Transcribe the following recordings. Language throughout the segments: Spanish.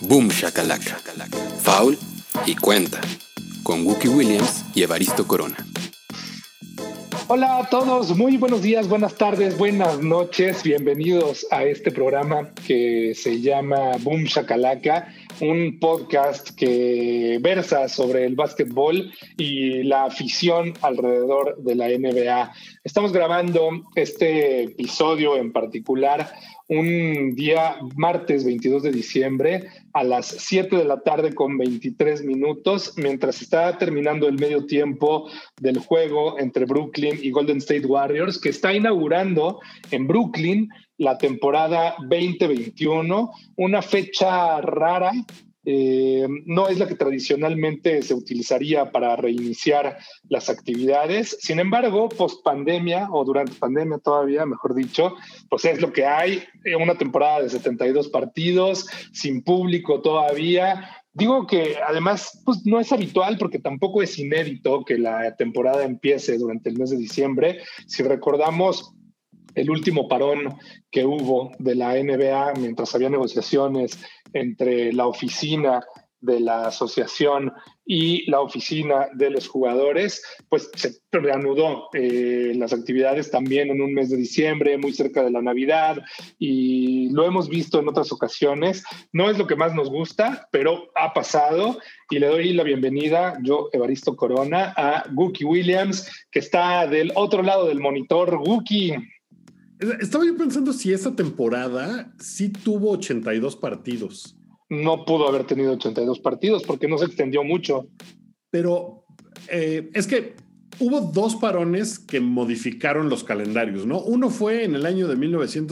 Boom Shakalaka, Foul y Cuenta, con Wookie Williams y Evaristo Corona. Hola a todos, muy buenos días, buenas tardes, buenas noches, bienvenidos a este programa que se llama Boom Shakalaka, un podcast que versa sobre el básquetbol y la afición alrededor de la NBA. Estamos grabando este episodio en particular un día martes 22 de diciembre a las 7 de la tarde con 23 minutos, mientras está terminando el medio tiempo del juego entre Brooklyn y Golden State Warriors, que está inaugurando en Brooklyn la temporada 2021, una fecha rara. No es la que tradicionalmente se utilizaría para reiniciar las actividades. Sin embargo, post pandemia o durante pandemia todavía, mejor dicho, pues es lo que hay, una temporada de 72 partidos, sin público todavía. Digo que además pues, no es habitual porque tampoco es inédito que la temporada empiece durante el mes de diciembre. Si recordamos el último parón que hubo de la NBA mientras había negociaciones entre la oficina de la asociación y la oficina de los jugadores, pues se reanudó las actividades también en un mes de diciembre, muy cerca de la Navidad, y lo hemos visto en otras ocasiones. No es lo que más nos gusta, pero ha pasado, y le doy la bienvenida, yo, Evaristo Corona, a Wookie Williams, que está del otro lado del monitor. Wookie. Estaba yo pensando si esa temporada sí tuvo 82 partidos. No pudo haber tenido 82 partidos porque no se extendió mucho. Pero es que hubo dos parones que modificaron los calendarios, ¿no? Uno fue en el año de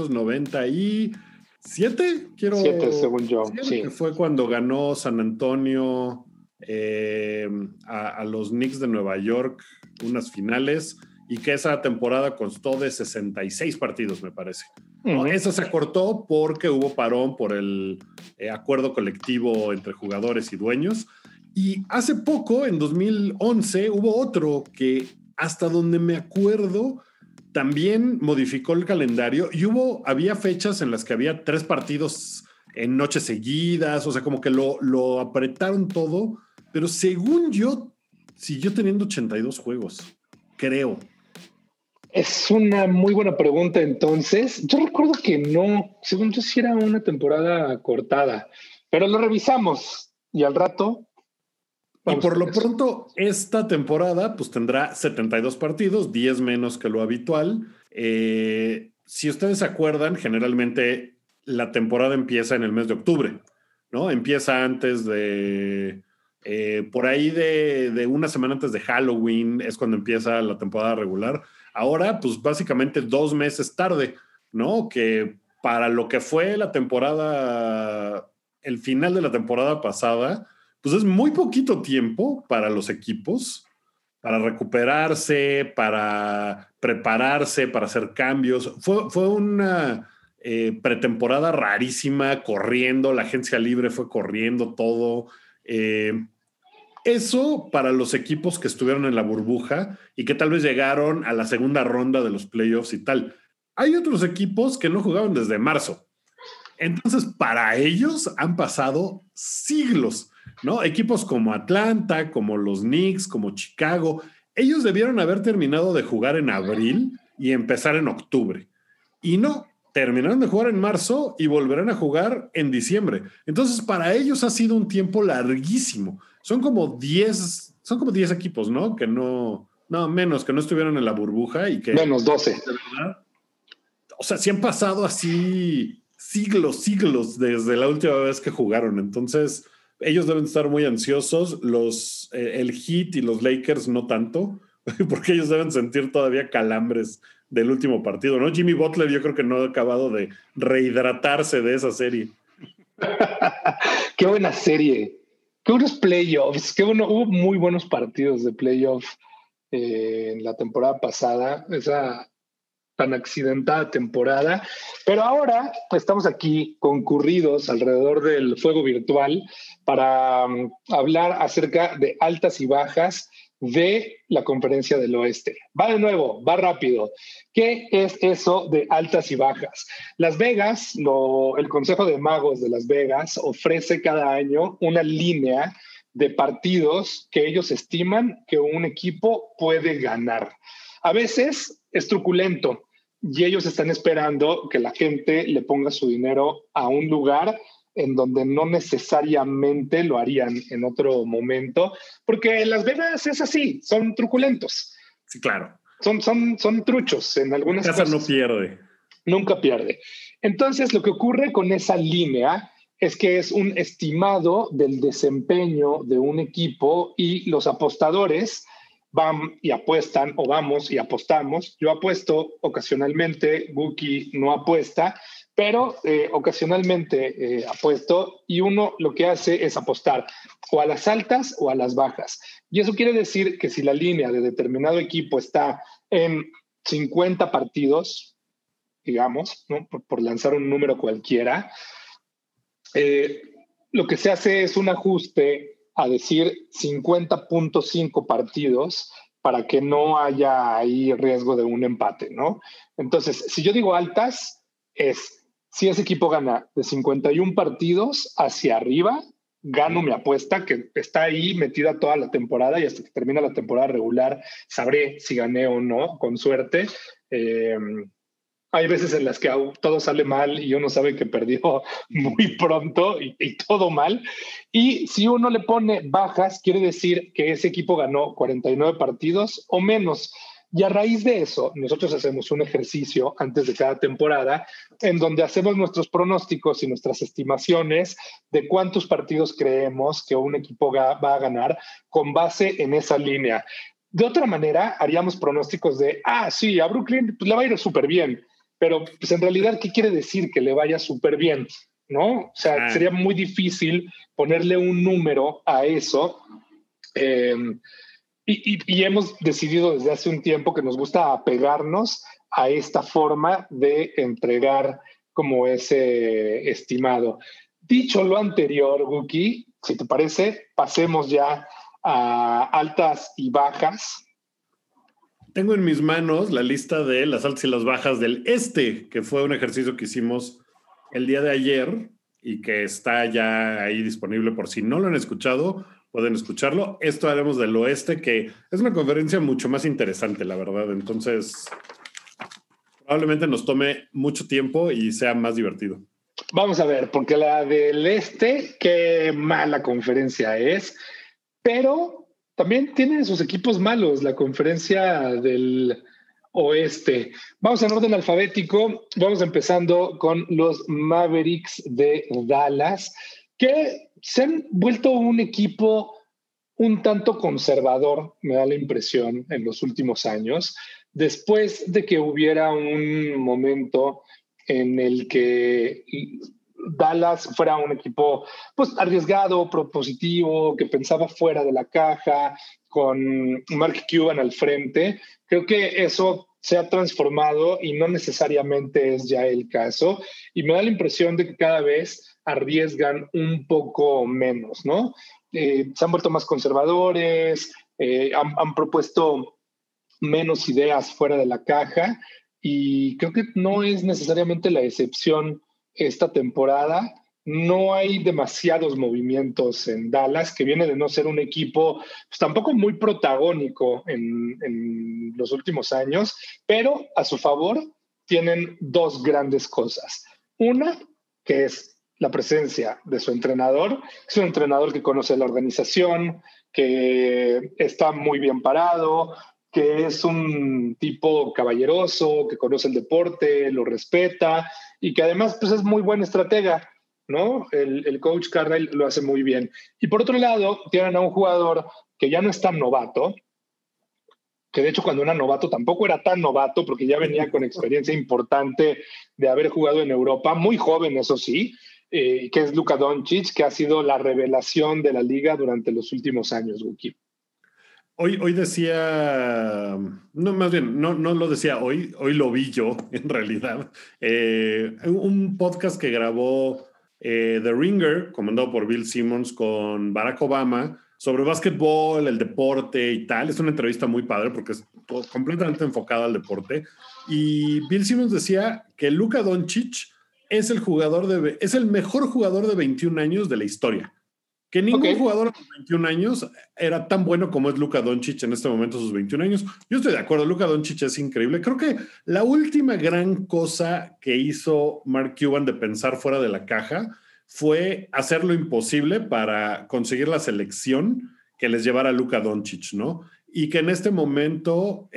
1997, Siete, según yo, sí. Que fue cuando ganó San Antonio a los Knicks de Nueva York unas finales, y que esa temporada constó de 66 partidos, me parece. ¿No? Esa se acortó porque hubo parón por el acuerdo colectivo entre jugadores y dueños. Y hace poco, en 2011, hubo otro que, hasta donde me acuerdo, también modificó el calendario y había fechas en las que había 3 partidos en noches seguidas, o sea, como que lo apretaron todo, pero según yo, siguió teniendo 82 juegos, creo. Es una muy buena pregunta, entonces. Yo recuerdo que no, según yo sí era una temporada cortada, pero lo revisamos y al rato... Y por lo pronto, esta temporada pues tendrá 72 partidos, 10 menos que lo habitual. Si ustedes se acuerdan, generalmente la temporada empieza en el mes de octubre, ¿no? Empieza antes de... por ahí de una semana antes de Halloween es cuando empieza la temporada regular. Ahora, pues básicamente 2 meses tarde, ¿no? Que para lo que fue la temporada, el final de la temporada pasada, pues es muy poquito tiempo para los equipos, para recuperarse, para prepararse, para hacer cambios. Fue una pretemporada rarísima, corriendo, la agencia libre fue corriendo todo. Eso para los equipos que estuvieron en la burbuja y que tal vez llegaron a la segunda ronda de los playoffs y tal. Hay otros equipos que no jugaban desde marzo. Entonces, para ellos han pasado siglos, ¿no? Equipos como Atlanta, como los Knicks, como Chicago, ellos debieron haber terminado de jugar en abril y empezar en octubre. Y no, terminaron de jugar en marzo y volverán a jugar en diciembre. Entonces, para ellos ha sido un tiempo larguísimo. Son como 10 equipos, ¿no? Que menos, que no estuvieron en la burbuja y que... Menos 12. ¿Verdad? O sea, sí han pasado así siglos desde la última vez que jugaron. Entonces, ellos deben estar muy ansiosos. El Heat y los Lakers no tanto, porque ellos deben sentir todavía calambres del último partido, ¿no? Jimmy Butler yo creo que no ha acabado de rehidratarse de esa serie. Qué buena serie. Qué buenos playoffs. Hubo muy buenos partidos de playoffs en la temporada pasada. Esa tan accidentada temporada, pero ahora estamos aquí concurridos alrededor del fuego virtual para hablar acerca de altas y bajas de la Conferencia del Oeste. Va de nuevo, va rápido. ¿Qué es eso de altas y bajas? Las Vegas, el Consejo de Magos de Las Vegas ofrece cada año una línea de partidos que ellos estiman que un equipo puede ganar. A veces es truculento y ellos están esperando que la gente le ponga su dinero a un lugar en donde no necesariamente lo harían en otro momento, porque Las Vegas es así, son truculentos. Sí, claro. Son truchos en algunas cosas. Casa no pierde. Nunca pierde. Entonces, lo que ocurre con esa línea es que es un estimado del desempeño de un equipo y los apostadores van y apuestan o vamos y apostamos. Yo apuesto ocasionalmente, Guki no apuesta, pero ocasionalmente apuesto y uno lo que hace es apostar o a las altas o a las bajas. Y eso quiere decir que si la línea de determinado equipo está en 50 partidos, digamos, ¿no? por lanzar un número cualquiera, lo que se hace es un ajuste a decir 50.5 partidos para que no haya ahí riesgo de un empate, ¿no? Entonces, si yo digo altas, es si ese equipo gana de 51 partidos hacia arriba, gano mi apuesta, que está ahí metida toda la temporada y hasta que termina la temporada regular sabré si gané o no, con suerte. Hay veces en las que todo sale mal y uno sabe que perdió muy pronto y todo mal. Y si uno le pone bajas, quiere decir que ese equipo ganó 49 partidos o menos. Y a raíz de eso, nosotros hacemos un ejercicio antes de cada temporada en donde hacemos nuestros pronósticos y nuestras estimaciones de cuántos partidos creemos que un equipo va a ganar con base en esa línea. De otra manera, haríamos pronósticos de, sí, a Brooklyn pues, le va a ir súper bien. Pero pues en realidad, ¿qué quiere decir que le vaya súper bien? ¿No? O sea, sería muy difícil ponerle un número a eso. Y hemos decidido desde hace un tiempo que nos gusta apegarnos a esta forma de entregar como ese estimado. Dicho lo anterior, Guki, si te parece, pasemos ya a altas y bajas. Tengo en mis manos la lista de las altas y las bajas del este, que fue un ejercicio que hicimos el día de ayer y que está ya ahí disponible por si no lo han escuchado, pueden escucharlo. Esto haremos del oeste, que es una conferencia mucho más interesante, la verdad. Entonces, probablemente nos tome mucho tiempo y sea más divertido. Vamos a ver, porque la del este, qué mala conferencia es, pero también tiene sus equipos malos, la conferencia del oeste. Vamos en orden alfabético, vamos empezando con los Mavericks de Dallas, que se han vuelto un equipo un tanto conservador, me da la impresión, en los últimos años, después de que hubiera un momento en el que Dallas fuera un equipo pues arriesgado, propositivo, que pensaba fuera de la caja, con Mark Cuban al frente. Creo que eso se ha transformado y no necesariamente es ya el caso. Y me da la impresión de que cada vez arriesgan un poco menos, ¿no? Se han vuelto más conservadores, han propuesto menos ideas fuera de la caja y creo que no es necesariamente la excepción esta temporada. No hay demasiados movimientos en Dallas, que viene de no ser un equipo pues, tampoco muy protagónico en los últimos años, pero a su favor tienen dos grandes cosas. Una, que es la presencia de su entrenador. Es un entrenador que conoce la organización, que está muy bien parado, que es un tipo caballeroso, que conoce el deporte, lo respeta y que además pues, es muy buen estratega, ¿no? El coach Carlisle lo hace muy bien. Y por otro lado, tienen a un jugador que ya no es tan novato, que de hecho cuando era novato tampoco era tan novato porque ya venía con experiencia importante de haber jugado en Europa, muy joven eso sí, que es Luka Doncic, que ha sido la revelación de la liga durante los últimos años, Guki. Hoy decía, no, más bien, no lo decía hoy lo vi yo, en realidad. Un podcast que grabó The Ringer, comandado por Bill Simmons, con Barack Obama, sobre básquetbol, el deporte y tal. Es una entrevista muy padre porque es completamente enfocada al deporte. Y Bill Simmons decía que Luka Doncic es el mejor jugador de 21 años de la historia. Que ningún jugador de 21 años era tan bueno como es Luka Doncic en este momento, sus 21 años. Yo estoy de acuerdo, Luka Doncic es increíble. Creo que la última gran cosa que hizo Mark Cuban de pensar fuera de la caja fue hacer lo imposible para conseguir la selección que les llevara a Luka Doncic, ¿no? Y que en este momento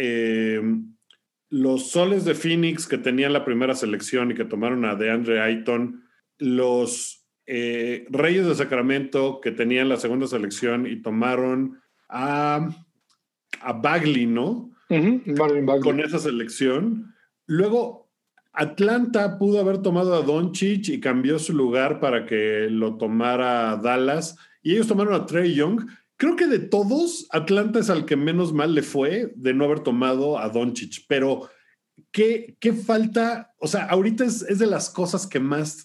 los Soles de Phoenix, que tenían la primera selección y que tomaron a DeAndre Ayton, los Reyes de Sacramento, que tenían la segunda selección y tomaron a Bagley, ¿no? Bagley. Con esa selección. Luego, Atlanta pudo haber tomado a Doncic y cambió su lugar para que lo tomara Dallas. Y ellos tomaron a Trae Young. Creo que de todos, Atlanta es al que menos mal le fue de no haber tomado a Doncic. Pero, ¿qué falta? O sea, ahorita es de las cosas que más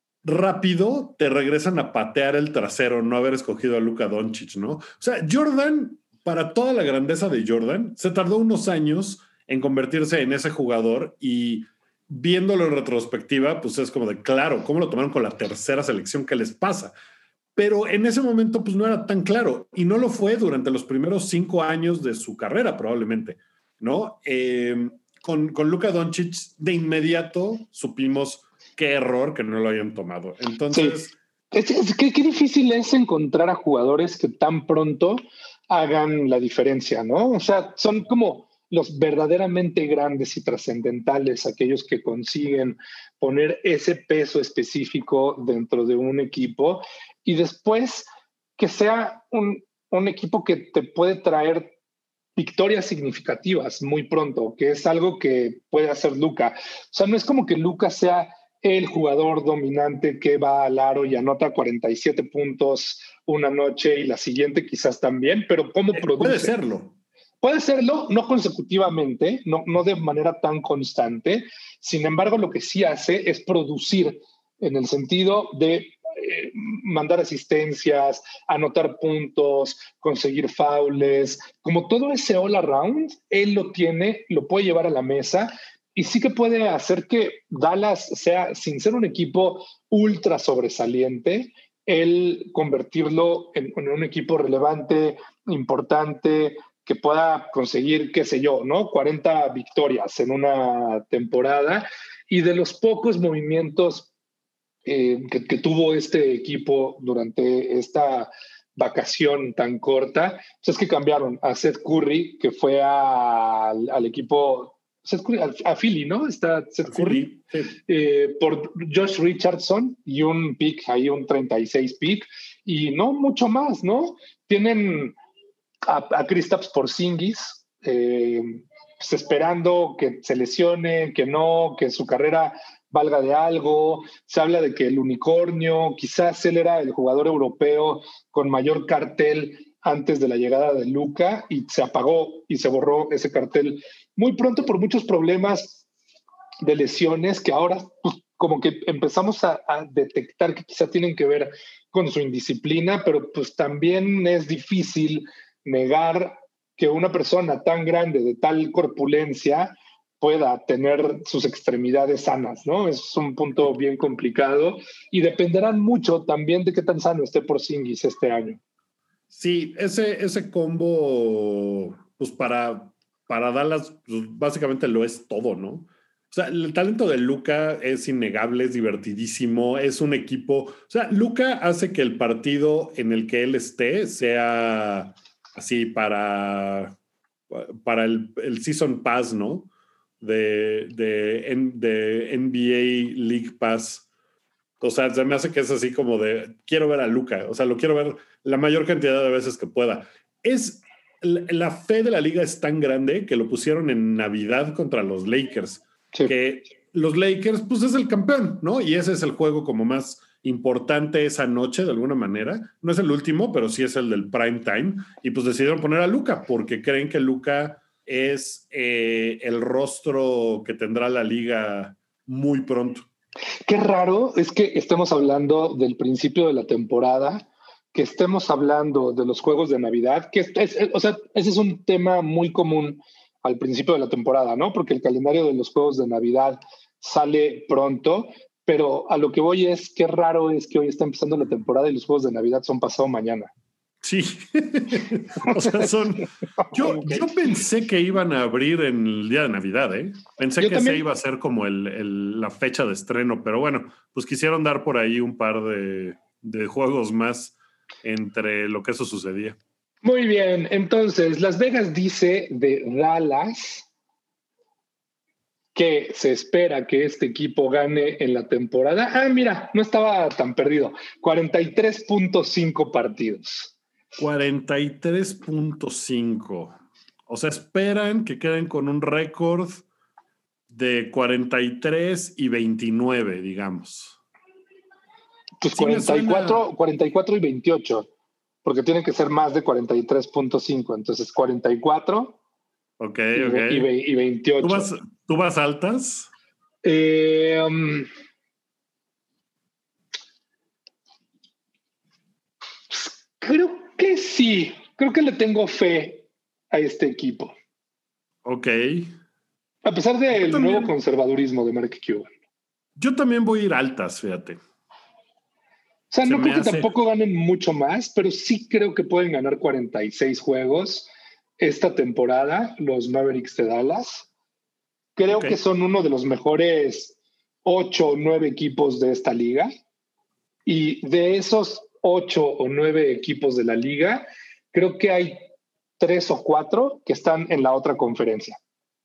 rápido te regresan a patear el trasero no haber escogido a Luka Doncic, ¿no? O sea, Jordan, para toda la grandeza de Jordan, se tardó unos años en convertirse en ese jugador y viéndolo en retrospectiva, pues es como de, claro, ¿cómo lo tomaron con la tercera selección? ¿Qué les pasa? Pero en ese momento, pues no era tan claro y no lo fue durante los primeros 5 años de su carrera, probablemente, ¿no? Con Luka Doncic, de inmediato supimos qué error que no lo hayan tomado. Entonces... Sí. Qué difícil es encontrar a jugadores que tan pronto hagan la diferencia, ¿no? O sea, son como los verdaderamente grandes y trascendentales, aquellos que consiguen poner ese peso específico dentro de un equipo y después que sea un equipo que te puede traer victorias significativas muy pronto, que es algo que puede hacer Luka. O sea, no es como que Luka sea el jugador dominante que va al aro y anota 47 puntos una noche y la siguiente quizás también, pero ¿cómo produce? Puede serlo. Puede serlo, no consecutivamente, no de manera tan constante. Sin embargo, lo que sí hace es producir en el sentido de mandar asistencias, anotar puntos, conseguir faules, como todo ese all around, él lo tiene, lo puede llevar a la mesa y sí que puede hacer que Dallas sea, sin ser un equipo ultra sobresaliente, él convertirlo en un equipo relevante, importante, que pueda conseguir, qué sé yo, ¿no? 40 victorias en una temporada. Y de los pocos movimientos que tuvo este equipo durante esta vacación tan corta, pues es que cambiaron a Seth Curry, que fue al equipo, Seth Curry, a Philly, ¿no? Está Seth Curry, sí. Por Josh Richardson y un pick, ahí un 36 pick, y no mucho más, ¿no? Tienen a Kristaps Porzingis, pues esperando que se lesione, que no, que su carrera valga de algo. Se habla de que el unicornio, quizás él era el jugador europeo con mayor cartel antes de la llegada de Luka y se apagó y se borró ese cartel muy pronto por muchos problemas de lesiones que ahora pues, como que empezamos a detectar que quizá tienen que ver con su indisciplina, pero pues también es difícil negar que una persona tan grande, de tal corpulencia, pueda tener sus extremidades sanas, ¿no? Es un punto bien complicado y dependerán mucho también de qué tan sano esté Porzingis este año. Sí, ese combo, pues para Dallas, pues básicamente lo es todo, ¿no? O sea, el talento de Luka es innegable, es divertidísimo, es un equipo. O sea, Luka hace que el partido en el que él esté sea así para el Season Pass, ¿no? De NBA League Pass. O sea, se me hace que es así como de, quiero ver a Luka, o sea, lo quiero ver la mayor cantidad de veces que pueda. La fe de la liga es tan grande que lo pusieron en Navidad contra los Lakers, sí. Que los Lakers, pues es el campeón, ¿no? Y ese es el juego como más importante esa noche, de alguna manera. No es el último, pero sí es el del prime time. Y pues decidieron poner a Luka porque creen que Luka es el rostro que tendrá la liga muy pronto. Qué raro es que estemos hablando del principio de la temporada, que estemos hablando de los juegos de Navidad, o sea, ese es un tema muy común al principio de la temporada, ¿no? Porque el calendario de los juegos de Navidad sale pronto, pero a lo que voy es qué raro es que hoy está empezando la temporada y los juegos de Navidad son pasado mañana. Sí, o sea, Yo pensé que iban a abrir en el día de Navidad, ¿eh? Pensé que ese iba a ser como la fecha de estreno, pero bueno, pues quisieron dar por ahí un par de juegos más entre lo que eso sucedía. Muy bien, entonces Las Vegas dice de Dallas que se espera que este equipo gane en la temporada. Ah, mira, no estaba tan perdido. 43.5 partidos. 43.5. O sea, esperan que queden con un récord de 43 y 29, digamos. Pues sí, 44 y 28, porque tienen que ser más de 43.5. Entonces, 44 y 28. ¿Tú vas altas? Creo que sí. Creo que le tengo fe a este equipo. Ok. A pesar del nuevo conservadurismo de Mark Cuban. Yo también voy a ir altas, fíjate. O sea, no creo que tampoco ganen mucho más, pero sí creo que pueden ganar 46 juegos esta temporada, los Mavericks de Dallas. Creo que son uno de los mejores 8 o 9 equipos de esta liga. Y de esos 8 o 9 equipos de la liga, creo que hay 3 o 4 que están en la otra conferencia.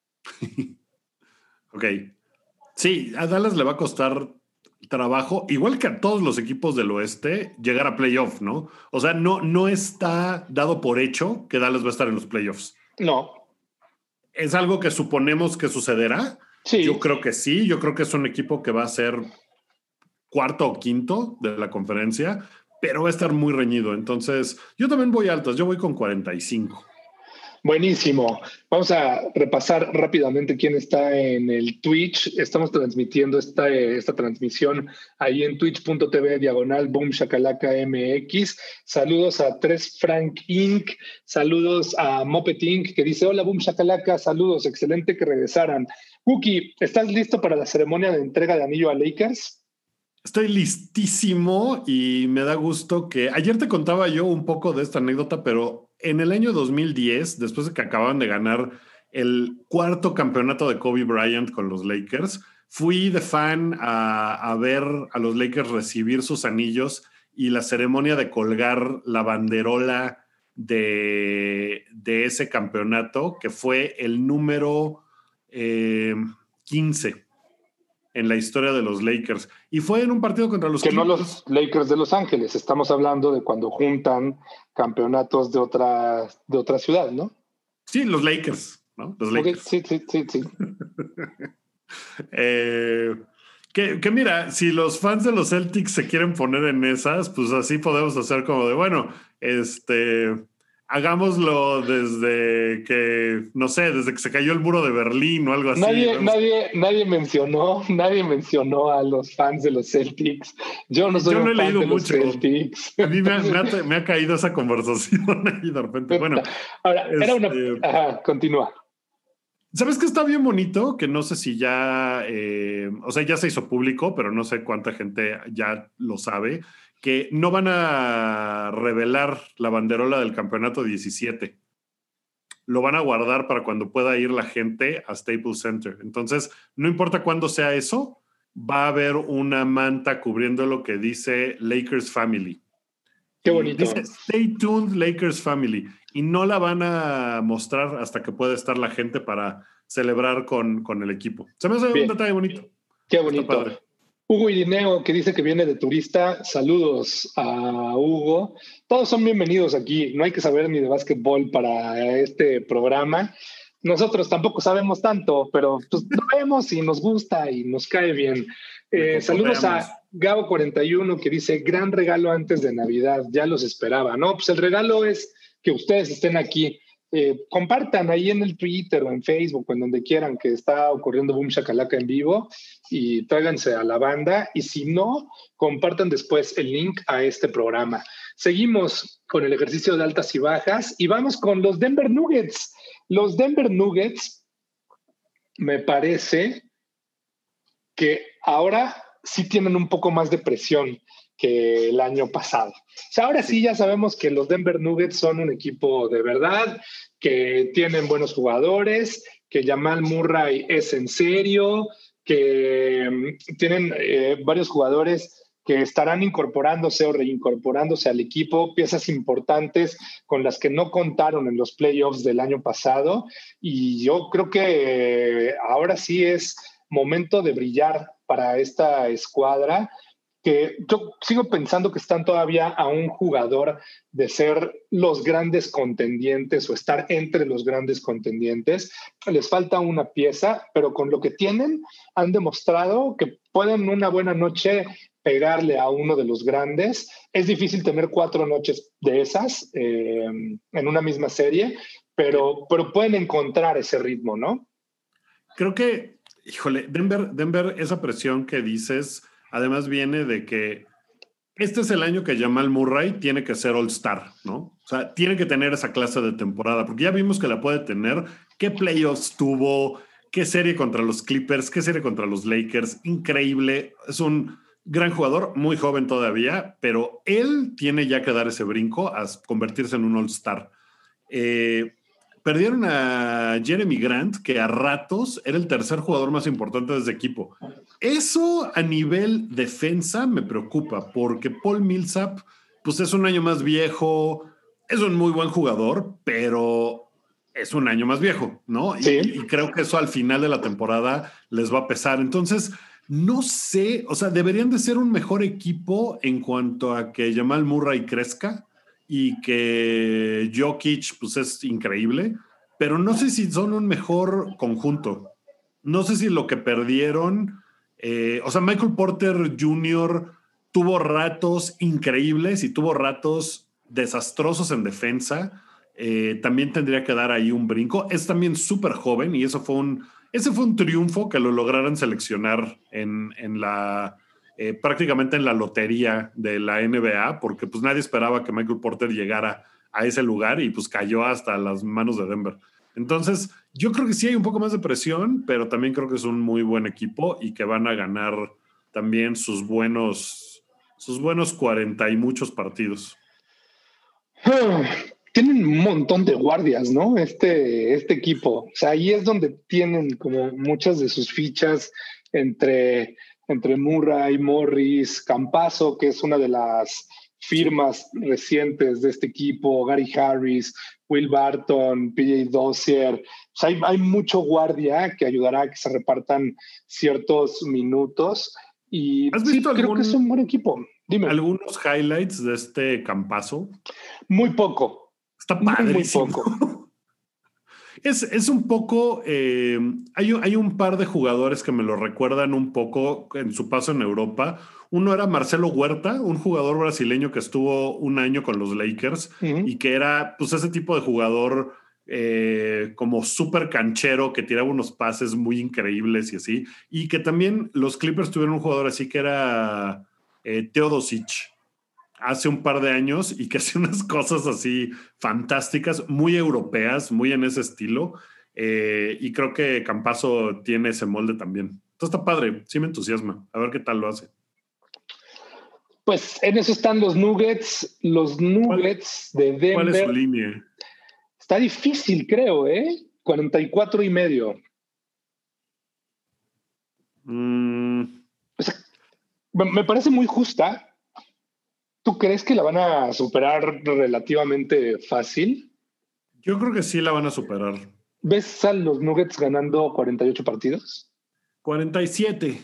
Ok. Sí, a Dallas le va a costar trabajo, igual que a todos los equipos del oeste, llegar a playoff, ¿no? O sea, no está dado por hecho que Dallas va a estar en los playoffs. No. ¿Es algo que suponemos que sucederá? Sí. Yo creo que sí. Yo creo que es un equipo que va a ser cuarto o quinto de la conferencia, pero va a estar muy reñido. Entonces, yo también voy altas. Yo voy con 45. Buenísimo. Vamos a repasar rápidamente quién está en el Twitch. Estamos transmitiendo esta transmisión ahí en twitch.tv/Boom Shakalaka MX. Saludos a 3 Frank Inc. Saludos a Mopet Inc. que dice: hola Boom Shakalaka, saludos, excelente que regresaran. Cookie, ¿estás listo para la ceremonia de entrega de anillo a Lakers? Estoy listísimo y me da gusto que ayer te contaba yo un poco de esta anécdota, pero en el año 2010, después de que acababan de ganar el 4º campeonato de Kobe Bryant con los Lakers, fui de fan a ver a los Lakers recibir sus anillos y la ceremonia de colgar la banderola de ese campeonato, que fue el número 15 en la historia de los Lakers. Y fue en un partido contra los Clippers. No los Lakers de Los Ángeles. Estamos hablando de cuando juntan campeonatos de otra ciudad, ¿no? Sí, los Lakers, ¿no? Los Lakers. Okay, sí. Que mira, si los fans de los Celtics se quieren poner en esas, pues así podemos hacer como de, bueno, hagámoslo desde que, no sé, desde que se cayó el muro de Berlín o algo así. Nadie mencionó a los fans de los Celtics. Yo no soy un fan de los Celtics. A mí me ha caído esa conversación ahí de repente. Bueno, ahora, Ajá, continúa. ¿Sabes qué está bien bonito? Que no sé si ya, o sea, ya se hizo público, pero no sé cuánta gente ya lo sabe, que no van a revelar la banderola del campeonato 17. Lo van a guardar para cuando pueda ir la gente a Staples Center. Entonces, no importa cuándo sea eso, va a haber una manta cubriendo lo que dice Lakers Family. Qué bonito. Dice Stay tuned Lakers Family. Y no la van a mostrar hasta que pueda estar la gente para celebrar con el equipo. Se me hace un detalle bonito. Qué bonito. Hugo Irineo, que dice que viene de turista. Saludos a Hugo. Todos son bienvenidos aquí. No hay que saber ni de básquetbol para este programa. Nosotros tampoco sabemos tanto, pero pues lo vemos y nos gusta y nos cae bien. Saludos a Gabo41, que dice: gran regalo antes de Navidad, ya los esperaba. No, pues el regalo es que ustedes estén aquí. Compartan ahí en el Twitter o en Facebook o en donde quieran que está ocurriendo Boom Shakalaka en vivo y tráiganse a la banda. Y si no, compartan después el link a este programa. seguimos con el ejercicio de altas y bajas y vamos con los Denver Nuggets. Los Denver Nuggets, me parece que ahora sí tienen un poco más de presión que el año pasado. O sea, ahora sí ya sabemos que los Denver Nuggets son un equipo de verdad, que tienen buenos jugadores, que Jamal Murray es en serio, que tienen varios jugadores que estarán incorporándose o reincorporándose al equipo, piezas importantes con las que no contaron en los playoffs del año pasado. Y yo creo que ahora sí es momento de brillar para esta escuadra, que yo sigo pensando que están todavía a un jugador de ser los grandes contendientes o estar entre los grandes contendientes. Les falta una pieza, pero con lo que tienen han demostrado que pueden una buena noche pegarle a uno de los grandes. Es difícil tener 4 noches de esas en una misma serie, pero pueden encontrar ese ritmo, ¿no? Creo que, híjole, Denver, esa presión que dices, además viene de que este es el año que Jamal Murray tiene que ser All-Star, ¿no? O sea, tiene que tener esa clase de temporada, porque ya vimos que la puede tener. ¿Qué playoffs tuvo? ¿Qué serie contra los Clippers? ¿Qué serie contra los Lakers? Increíble. Es un gran jugador, muy joven todavía, pero él tiene ya que dar ese brinco a convertirse en un All-Star. Perdieron a Jeremy Grant, que a ratos era el tercer jugador más importante de ese equipo. Eso a nivel defensa me preocupa, porque Paul Millsap, pues es un año más viejo, es un muy buen jugador, pero es un año más viejo, ¿no? Sí. Y creo que eso al final de la temporada les va a pesar. Entonces, no sé, o sea, deberían de ser un mejor equipo en cuanto a que Jamal Murray crezca y que Jokic, pues es increíble, pero no sé si son un mejor conjunto. No sé si lo que perdieron, o sea, Michael Porter Jr. tuvo ratos increíbles y tuvo ratos desastrosos en defensa. También tendría que dar ahí un brinco. Es también súper joven y ese fue un triunfo que lo lograran seleccionar en la... prácticamente en la lotería de la NBA, porque pues nadie esperaba que Michael Porter llegara a ese lugar y pues cayó hasta las manos de Denver. Entonces, yo creo que sí hay un poco más de presión, pero también creo que es un muy buen equipo y que van a ganar también sus buenos 40 y muchos partidos. Tienen un montón de guardias, ¿no? Este equipo. O sea, ahí es donde tienen como muchas de sus fichas entre Murray, Morris, Campazzo, que es una de las firmas recientes de este equipo, Gary Harris, Will Barton, PJ Dozier. O sea, hay mucho guardia que ayudará a que se repartan ciertos minutos. Y ¿Has visto creo que es un buen equipo. Dime. ¿Algunos highlights de este Campazzo? Muy poco. Está padrísimo. Muy poco. Es un poco, hay un par de jugadores que me lo recuerdan un poco en su paso en Europa. Uno era Marcelo Huerta, un jugador brasileño que estuvo un año con los Lakers y que era pues ese tipo de jugador como súper canchero que tiraba unos pases muy increíbles y así. Y que también los Clippers tuvieron un jugador así que era Teodosic hace un par de años y que hace unas cosas así fantásticas, muy europeas, muy en ese estilo. Y creo que Campazzo tiene ese molde también. Entonces está padre, sí me entusiasma. A ver qué tal lo hace. Pues en eso están los Nuggets de Denver. ¿Cuál es su línea? Está difícil, creo, 44.5. O sea, me parece muy justa. ¿Tú crees que la van a superar relativamente fácil? Yo creo que sí la van a superar. ¿Ves a los Nuggets ganando 48 partidos? 47.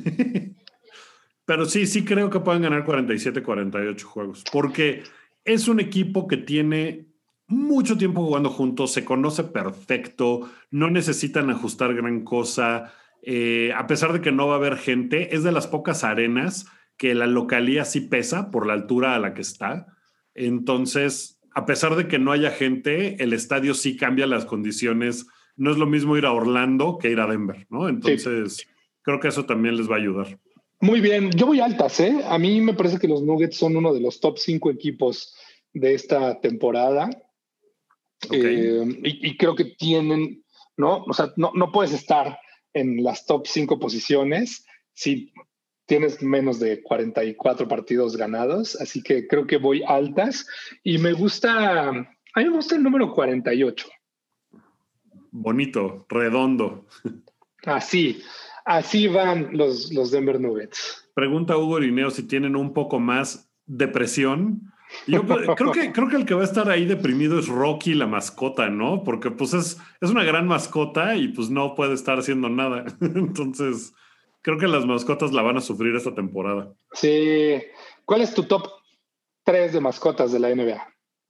Pero sí creo que pueden ganar 47, 48 juegos. Porque es un equipo que tiene mucho tiempo jugando juntos, se conoce perfecto, no necesitan ajustar gran cosa. A pesar de que no va a haber gente, es de las pocas arenas que la localía sí pesa por la altura a la que está. Entonces, a pesar de que no haya gente, el estadio sí cambia las condiciones. No es lo mismo ir a Orlando que ir a Denver, ¿no? Entonces, creo que eso también les va a ayudar. Muy bien, yo voy altas, ¿eh? A mí me parece que los Nuggets son uno de los top 5 equipos de esta temporada. Ok. Y creo que tienen, ¿no? O sea, no puedes estar en las top 5 posiciones si tienes menos de 44 partidos ganados, así que creo que voy altas y a mí me gusta el número 48. Bonito, redondo. Así, así van los Denver Nuggets. Pregunta Hugo Lineo si tienen un poco más depresión. Yo creo que el que va a estar ahí deprimido es Rocky, la mascota, ¿no? Porque pues es una gran mascota y pues no puede estar haciendo nada. Entonces, creo que las mascotas la van a sufrir esta temporada. Sí. ¿Cuál es tu top 3 de mascotas de la NBA?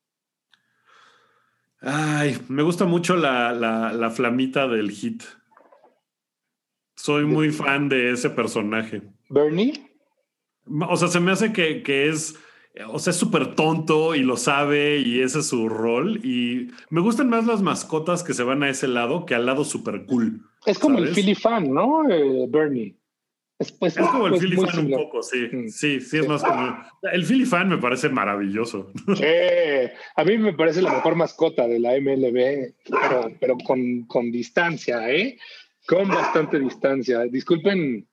Ay, me gusta mucho la flamita del Hit. Soy ¿De muy fan de ese personaje. Bernie? O sea, se me hace que es, o sea, es súper tonto y lo sabe y ese es su rol. Y me gustan más las mascotas que se van a ese lado que al lado súper cool, Es como el ¿sabes? Philly fan, ¿no? Bernie. Es como el Pues Philly muy fan un similar. poco, sí. Mm, Sí, es sí. más como... El Philly fan me parece maravilloso. Sí, a mí me parece la mejor mascota de la MLB, pero con distancia, ¿eh? Con bastante distancia. Disculpen,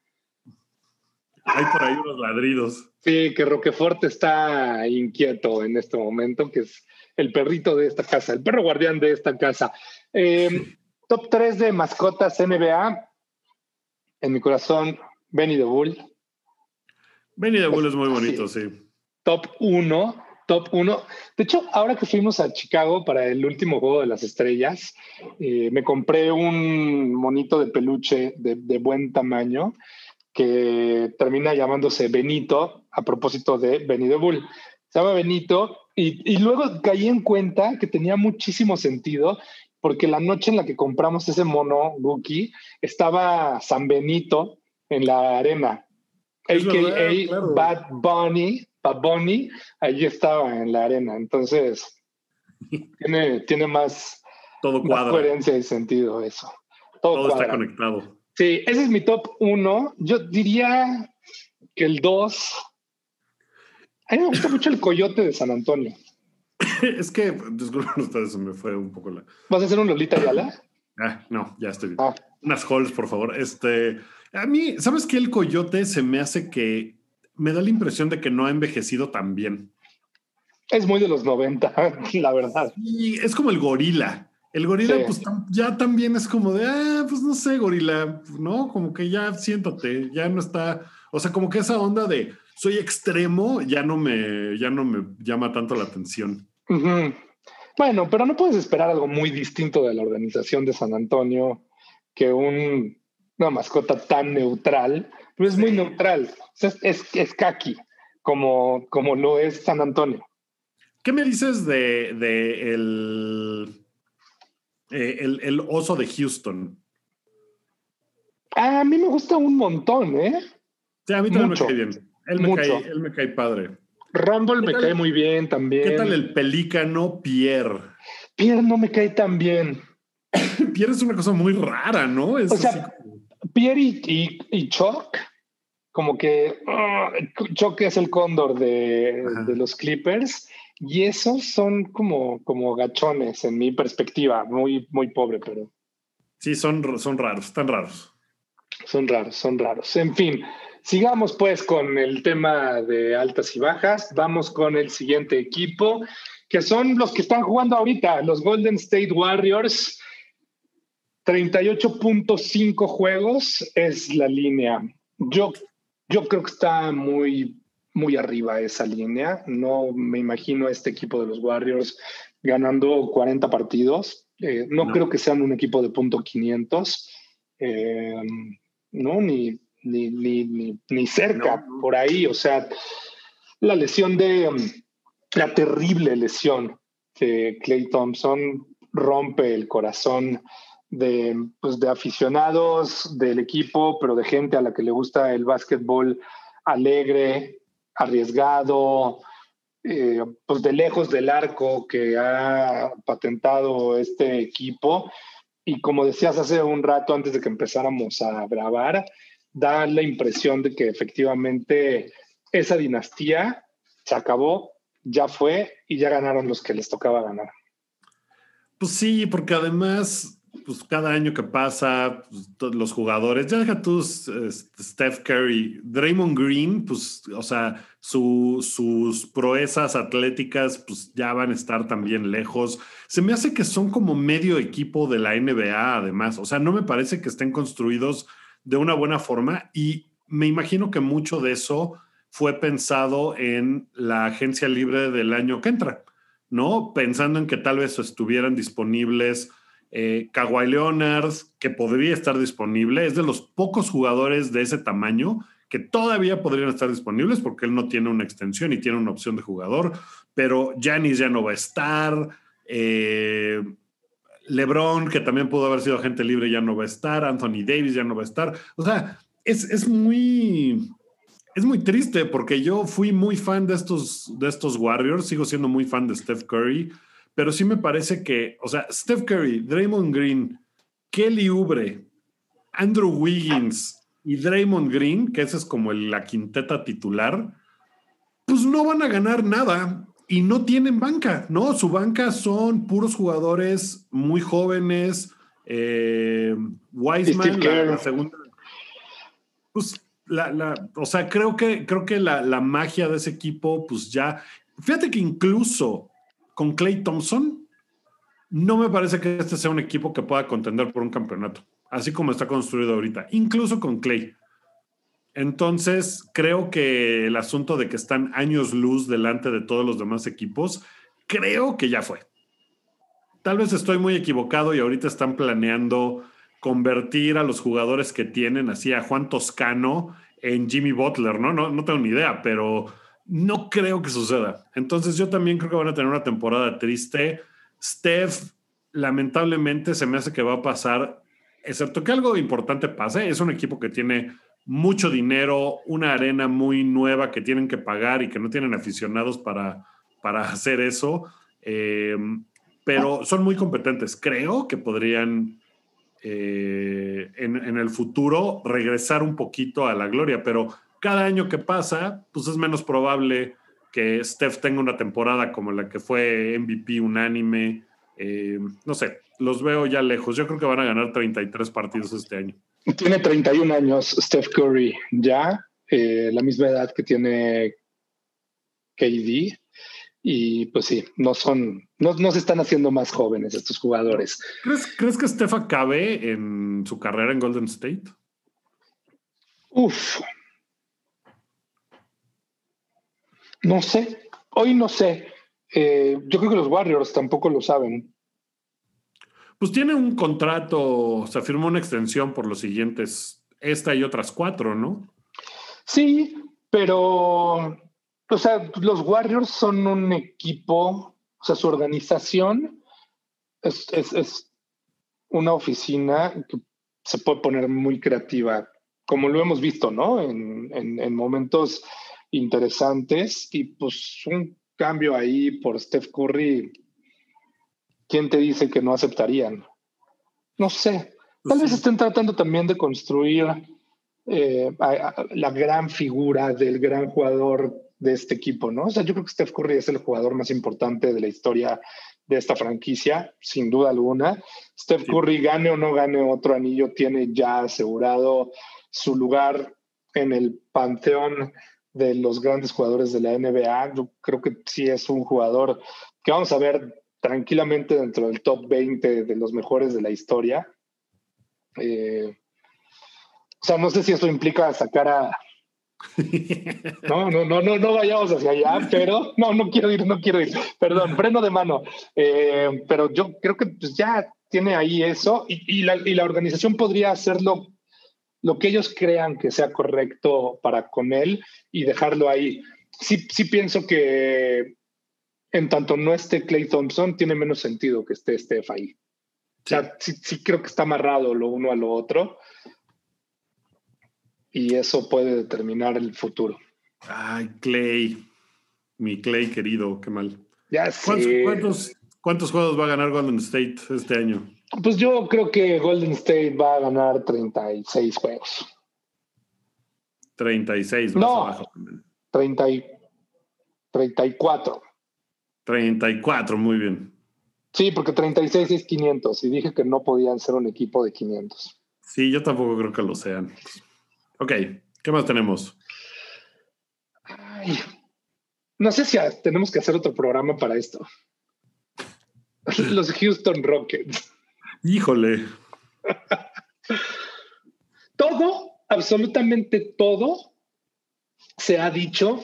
Hay por ahí unos ladridos. sí, que Roquefort está inquieto en este momento, que es el perrito de esta casa, el perro guardián de esta casa. Top 3 de mascotas NBA. En mi corazón, Benny the Bull. Benny the Bull es muy bonito, Sí, sí. top uno, top uno. De hecho, ahora que fuimos a Chicago para el último Juego de las Estrellas, me compré un monito de peluche de buen tamaño que termina llamándose Benito a propósito de Benny the Bull. Se llama Benito y luego caí en cuenta que tenía muchísimo sentido porque la noche en la que compramos ese mono, Guki, estaba San Benito en la arena, Es verdad, a.k.a. claro. Bad Bunny, allí estaba en la arena. Entonces, tiene Todo más cuadra. coherencia y sentido eso. Todo Todo está cuadra. conectado. Sí, ese es mi top uno. Yo diría que el dos. A mí me gusta mucho el Coyote de San Antonio. Es que, disculpen ustedes, se me fue un poco la... ¿Vas a hacer un Lolita Yala? No, ya estoy bien. Ah, Unas halls, por favor. A mí, ¿sabes qué? El coyote se me hace que me da la impresión de que no ha envejecido tan bien. es muy de los 90, la verdad. Y es como el gorila. El Sí. gorila, pues ya también es como de, pues no sé, gorila, ¿no? Como que ya siéntate, ya no está. O sea, como que esa onda de soy extremo ya no me llama tanto la atención. Ujú. Bueno, pero no puedes esperar algo muy distinto de la organización de San Antonio que una mascota tan neutral, pero es muy Sí. neutral. O sea, es kaki, como lo es San Antonio. ¿Qué me dices de el oso de Houston? A mí me gusta un montón, ¿eh? Sí, a mí también me Mucho, cae bien. mucho. Él me cae padre. Rumble ¿Qué me cae tal, muy bien qué tal también. el pelícano Pierre? Pierre no me cae tan bien. Pierre es una cosa muy rara, ¿no? O Es así sea, como... Pierre y Chuck, como que Chuck es el cóndor de Ajá. los Clippers y esos son como gachones en mi perspectiva, muy, muy pobre, pero Sí, son raros, están raros. son raros, son raros. En fin, sigamos pues con el tema de altas y bajas. Vamos con el siguiente equipo, que son los que están jugando ahorita, los Golden State Warriors. 38.5 juegos es la línea. Yo creo que está muy arriba esa línea. No me imagino a este equipo de los Warriors ganando 40 partidos. No creo No, que sean un equipo de punto 500. Eh, no, ni cerca no. por ahí. O sea, la lesión la terrible lesión de Klay Thompson rompe el corazón pues de aficionados del equipo, pero de gente a la que le gusta el básquetbol alegre, arriesgado, pues de lejos del arco que ha patentado este equipo. Y como decías hace un rato antes de que empezáramos a grabar, da la impresión de que efectivamente esa dinastía se acabó, ya fue y ya ganaron los que les tocaba ganar. Pues sí, porque además, pues cada año que pasa, pues, los jugadores, ya deja tú Steph Curry, Draymond Green, pues, o sea, sus proezas atléticas, pues ya van a estar también lejos. Se me hace que son como medio equipo de la NBA, además. O sea, no me parece que estén construidos de una buena forma y me imagino que mucho de eso fue pensado en la agencia libre del año que entra, ¿no? Pensando en que tal vez estuvieran disponibles Kawhi Leonard, que podría estar disponible, es de los pocos jugadores de ese tamaño que todavía podrían estar disponibles porque él no tiene una extensión y tiene una opción de jugador, pero Giannis ya no va a estar, LeBron, que también pudo haber sido agente libre, ya no va a estar, Anthony Davis ya no va a estar, o sea, es muy triste porque yo fui muy fan de estos Warriors, sigo siendo muy fan de Steph Curry, pero sí me parece que, o sea, Steph Curry, Draymond Green, Kelly Oubre, Andrew Wiggins y Draymond Green, que esa es como la quinteta titular, pues no van a ganar nada y no tienen banca, ¿no? Su banca son puros jugadores muy jóvenes, Wiseman, la segunda. Pues o sea, creo que la magia de ese equipo, pues ya. Fíjate que incluso con Klay Thompson, no me parece que este sea un equipo que pueda contender por un campeonato, así como está construido ahorita, incluso con Klay. Entonces, creo que el asunto de que están años luz delante de todos los demás equipos, creo que ya fue. Tal vez estoy muy equivocado y ahorita están planeando convertir a los jugadores que tienen, así a Juan Toscano en Jimmy Butler, ¿no? No tengo ni idea, pero no creo que suceda. Entonces yo también creo que van a tener una temporada triste. Steph, lamentablemente, se me hace que va a pasar, excepto que algo importante pase. Es un equipo que tiene mucho dinero, una arena muy nueva que tienen que pagar y que no tienen aficionados para hacer eso. Pero son muy competentes. Creo que podrían en el futuro regresar un poquito a la gloria, pero cada año que pasa, pues es menos probable que Steph tenga una temporada como la que fue MVP unánime. No sé, los veo ya lejos. Yo creo que van a ganar 33 partidos este año. Tiene 31 años Steph Curry ya, la misma edad que tiene KD. Y pues sí, no se están haciendo más jóvenes estos jugadores. ¿Crees que Steph acabe en su carrera en Golden State? No sé, hoy no sé. Yo creo que los Warriors tampoco lo saben. Pues tiene un contrato, se firmó una extensión por los siguientes, esta y otras 4, ¿no? Sí, pero o sea, los Warriors son un equipo, o sea, su organización es una oficina que se puede poner muy creativa, como lo hemos visto, ¿no? En momentos interesantes y pues un cambio ahí por Steph Curry, ¿quién te dice que no aceptarían? No sé, tal vez estén tratando también de construir la gran figura del gran jugador de este equipo, ¿no? O sea, yo creo que Steph Curry es el jugador más importante de la historia de esta franquicia, sin duda alguna. Steph Curry, gane o no gane otro anillo, tiene ya asegurado su lugar en el panteón de los grandes jugadores de la NBA. Yo creo que sí es un jugador que vamos a ver tranquilamente dentro del top 20 de los mejores de la historia. O sea, no sé si eso implica sacar a... No vayamos hacia allá, pero no quiero ir. Perdón, freno de mano. Pero yo creo que pues, ya tiene ahí eso y la organización podría hacerlo lo que ellos crean que sea correcto para con él y dejarlo ahí. Sí pienso que en tanto no esté Klay Thompson, tiene menos sentido que esté Steph ahí. O sea, sí creo que está amarrado lo uno a lo otro. Y eso puede determinar el futuro. Ay, Klay. Mi Klay querido, qué mal. Ya sé. ¿Cuántos juegos va a ganar Golden State este año? Pues yo creo que Golden State va a ganar 36 juegos. 36, más No, abajo también. 34. 34, muy bien. Sí, porque 36 es 500 y dije que no podían ser un equipo de 500. Sí, yo tampoco creo que lo sean. Ok, ¿qué más tenemos? Ay, no sé si tenemos que hacer otro programa para esto. Los Houston Rockets. Híjole. Todo, absolutamente todo, se ha dicho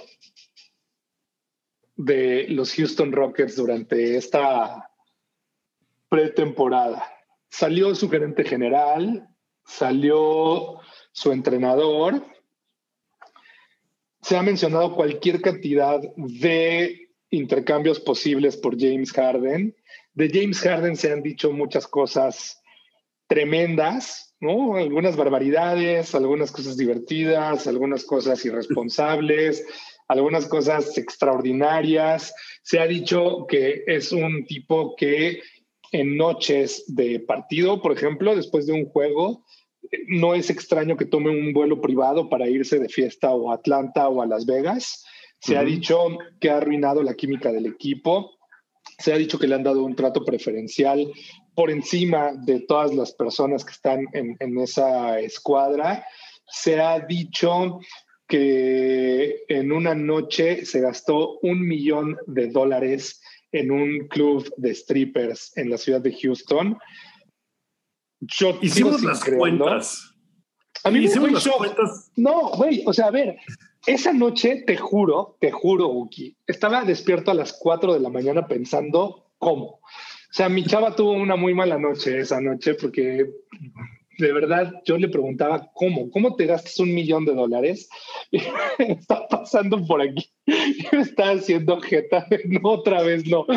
de los Houston Rockets durante esta pretemporada. Salió su gerente general, salió su entrenador, se ha mencionado cualquier cantidad de intercambios posibles por James Harden. De James Harden se han dicho muchas cosas tremendas, ¿no? Algunas barbaridades, algunas cosas divertidas, algunas cosas irresponsables, algunas cosas extraordinarias. Se ha dicho que es un tipo que en noches de partido, por ejemplo, después de un juego, no es extraño que tome un vuelo privado para irse de fiesta o a Atlanta o a Las Vegas. Se ha dicho que ha arruinado la química del equipo. Se ha dicho que le han dado un trato preferencial por encima de todas las personas que están en esa escuadra. Se ha dicho que en una noche se gastó $1 millón en un club de strippers en la ciudad de Houston. Yo hicimos las cuentas. A mí hicimos me las cuentas. No, güey, o sea, a ver, esa noche, te juro, Uki, estaba despierto a las 4 de la mañana pensando cómo. O sea, mi chava tuvo una muy mala noche esa noche porque de verdad yo le preguntaba ¿cómo te gastas $1 millón? Y está pasando por aquí. Y me está haciendo jeta. No, otra vez no.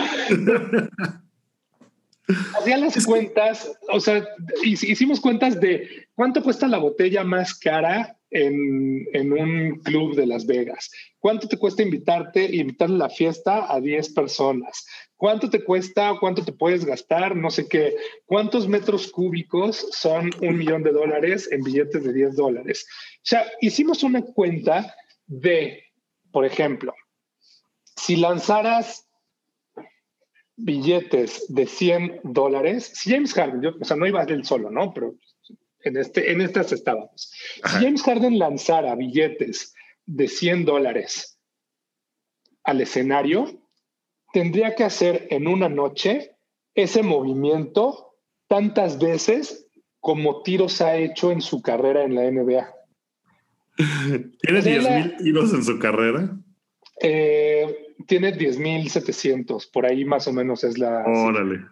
Hacía las cuentas, o sea, hicimos cuentas de cuánto cuesta la botella más cara en un club de Las Vegas. ¿Cuánto te cuesta invitarle a la fiesta a 10 personas? ¿Cuánto te cuesta? ¿Cuánto te puedes gastar? No sé qué. ¿Cuántos metros cúbicos son $1 millón en billetes de $10? O sea, hicimos una cuenta de, por ejemplo, si lanzaras billetes de $100, si James Harden, o sea, no iba él solo, ¿no? Pero en estas estábamos. Ajá. Si James Harden lanzara billetes de $100 al escenario, tendría que hacer en una noche ese movimiento tantas veces como tiros ha hecho en su carrera en la NBA. ¿Tiene 10,000 tiros en su carrera? Tiene 10,700, por ahí más o menos es la... Órale.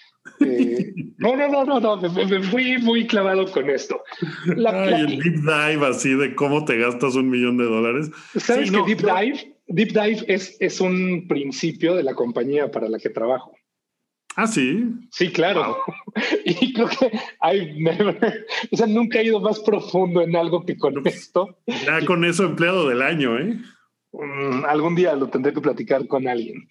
No, me fui muy clavado con esto. El deep dive así de cómo te gastas $1 millón. ¿Sabes que Deep Dive es un principio de la compañía para la que trabajo? Ah, sí. Sí, claro. Wow. Y creo que nunca he ido más profundo en algo que con esto. Ya con eso empleado del año, ¿eh? Algún día lo tendré que platicar con alguien.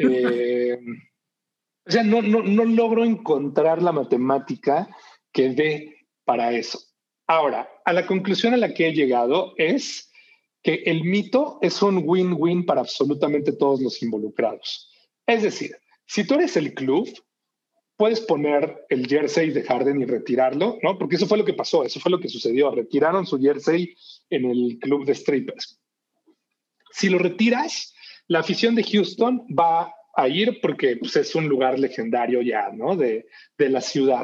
No logro encontrar la matemática que dé para eso. Ahora, a la conclusión a la que he llegado es que el mito es un win-win para absolutamente todos los involucrados. Es decir, si tú eres el club, puedes poner el jersey de Harden y retirarlo, ¿no? Porque eso fue lo que pasó, eso fue lo que sucedió. Retiraron su jersey en el club de strippers. Si lo retiras, la afición de Houston va a ir porque pues, es un lugar legendario ya, ¿no? De la ciudad.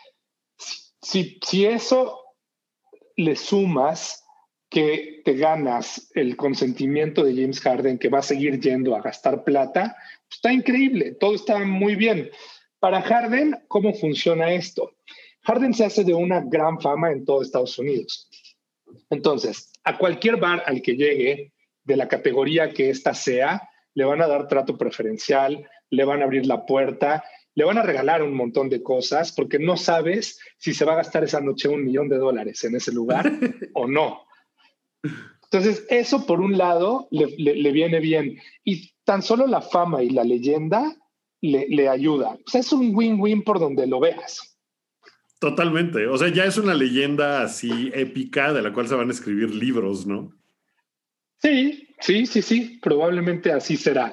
Si eso le sumas que te ganas el consentimiento de James Harden, que va a seguir yendo a gastar plata, pues está increíble, todo está muy bien. Para Harden, ¿cómo funciona esto? Harden se hace de una gran fama en todo Estados Unidos. Entonces, a cualquier bar al que llegue, de la categoría que ésta sea, le van a dar trato preferencial, le van a abrir la puerta, le van a regalar un montón de cosas porque no sabes si se va a gastar esa noche $1 millón en ese lugar o no. Entonces, eso por un lado le viene bien. Y tan solo la fama y la leyenda le ayuda. O sea, es un win-win por donde lo veas. Totalmente. O sea, ya es una leyenda así épica de la cual se van a escribir libros, ¿no? Sí, probablemente así será.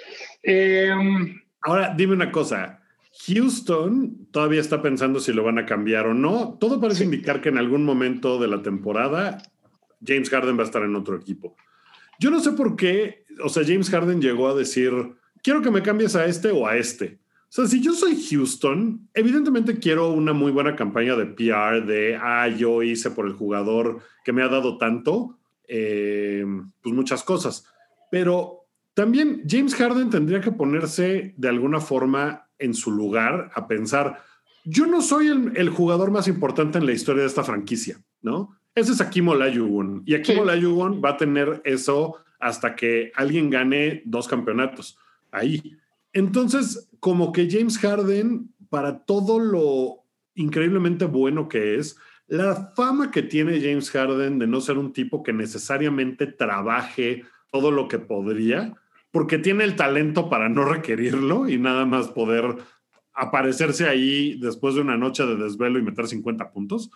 Ahora, dime una cosa. Houston todavía está pensando si lo van a cambiar o no. Todo parece indicar que en algún momento de la temporada James Harden va a estar en otro equipo. Yo no sé por qué, o sea, James Harden llegó a decir, quiero que me cambies a este o a este. O sea, si yo soy Houston, evidentemente quiero una muy buena campaña de PR, yo hice por el jugador que me ha dado tanto, pues muchas cosas. Pero también James Harden tendría que ponerse de alguna forma en su lugar a pensar, yo no soy el jugador más importante en la historia de esta franquicia, ¿no? Ese es Hakeem Olajuwon. Y Hakeem Olajuwon va a tener eso hasta que alguien gane 2 campeonatos. Ahí. Entonces, como que James Harden, para todo lo increíblemente bueno que es, la fama que tiene James Harden de no ser un tipo que necesariamente trabaje todo lo que podría, porque tiene el talento para no requerirlo y nada más poder aparecerse ahí después de una noche de desvelo y meter 50 puntos.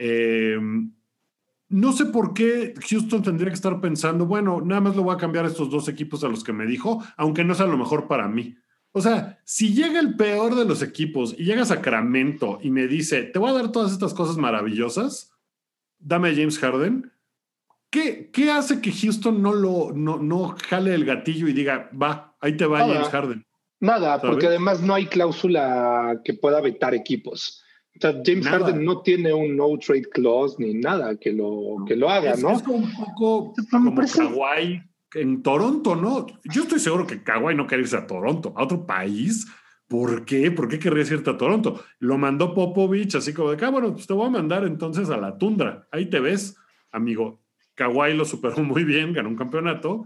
No sé por qué Houston tendría que estar pensando, bueno, nada más lo voy a cambiar a estos 2 equipos a los que me dijo, aunque no sea lo mejor para mí. O sea, si llega el peor de los equipos y llega a Sacramento y me dice, te voy a dar todas estas cosas maravillosas, dame a James Harden, ¿qué hace que Houston no jale el gatillo y diga, va, ahí te va James Harden? Nada, ¿sabes? Porque además no hay cláusula que pueda vetar equipos. O sea, James Harden no tiene un no trade clause ni nada que lo haga, ¿no? Es un poco como Kawhi en Toronto, ¿no? Yo estoy seguro que Kawhi no quiere irse a Toronto, a otro país. ¿Por qué? ¿Por qué querrías irte a Toronto? Lo mandó Popovich así como de, bueno, pues te voy a mandar entonces a la tundra. Ahí te ves, amigo. Kawhi lo superó muy bien, ganó un campeonato.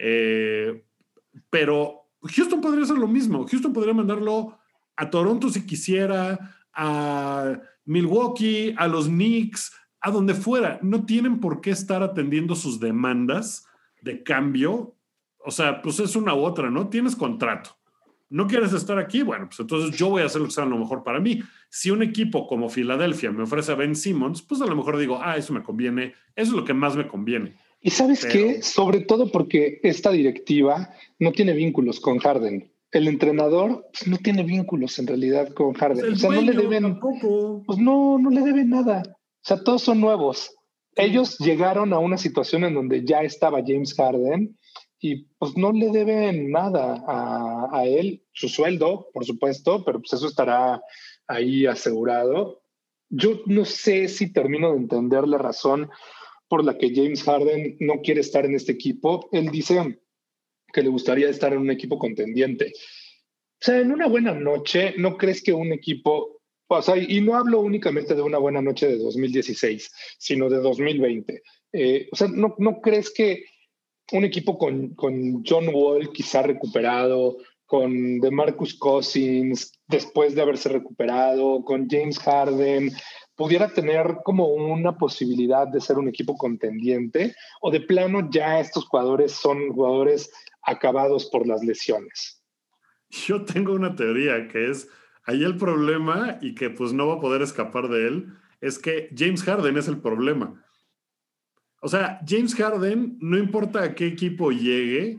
Pero Houston podría hacer lo mismo. Houston podría mandarlo a Toronto si quisiera, a Milwaukee, a los Knicks, a donde fuera. No tienen por qué estar atendiendo sus demandas de cambio. O sea, pues es una u otra, ¿no? Tienes contrato. ¿No quieres estar aquí? Bueno, pues entonces yo voy a hacer lo que sea lo mejor para mí. Si un equipo como Filadelfia me ofrece a Ben Simmons, pues a lo mejor digo, eso me conviene, eso es lo que más me conviene. Y ¿sabes qué? Sobre todo porque esta directiva no tiene vínculos con Harden. El entrenador pues, no tiene vínculos en realidad con Harden. Pues no le deben tampoco. Pues no le deben nada. O sea, todos son nuevos. Ellos llegaron a una situación en donde ya estaba James Harden y pues no le deben nada a él, su sueldo, por supuesto, pero pues eso estará ahí asegurado. Yo no sé si termino de entender la razón por la que James Harden no quiere estar en este equipo. Él dice que le gustaría estar en un equipo contendiente. O sea, en una buena noche, ¿no crees que un equipo, o sea, y no hablo únicamente de una buena noche de 2016, sino de 2020? O sea, ¿no crees que un equipo con John Wall quizá recuperado, con DeMarcus Cousins después de haberse recuperado, con James Harden, pudiera tener como una posibilidad de ser un equipo contendiente, o de plano ya estos jugadores son jugadores acabados por las lesiones? Yo tengo una teoría que es, ahí el problema y que pues no va a poder escapar de él, es que James Harden es el problema. O sea, James Harden, no importa a qué equipo llegue,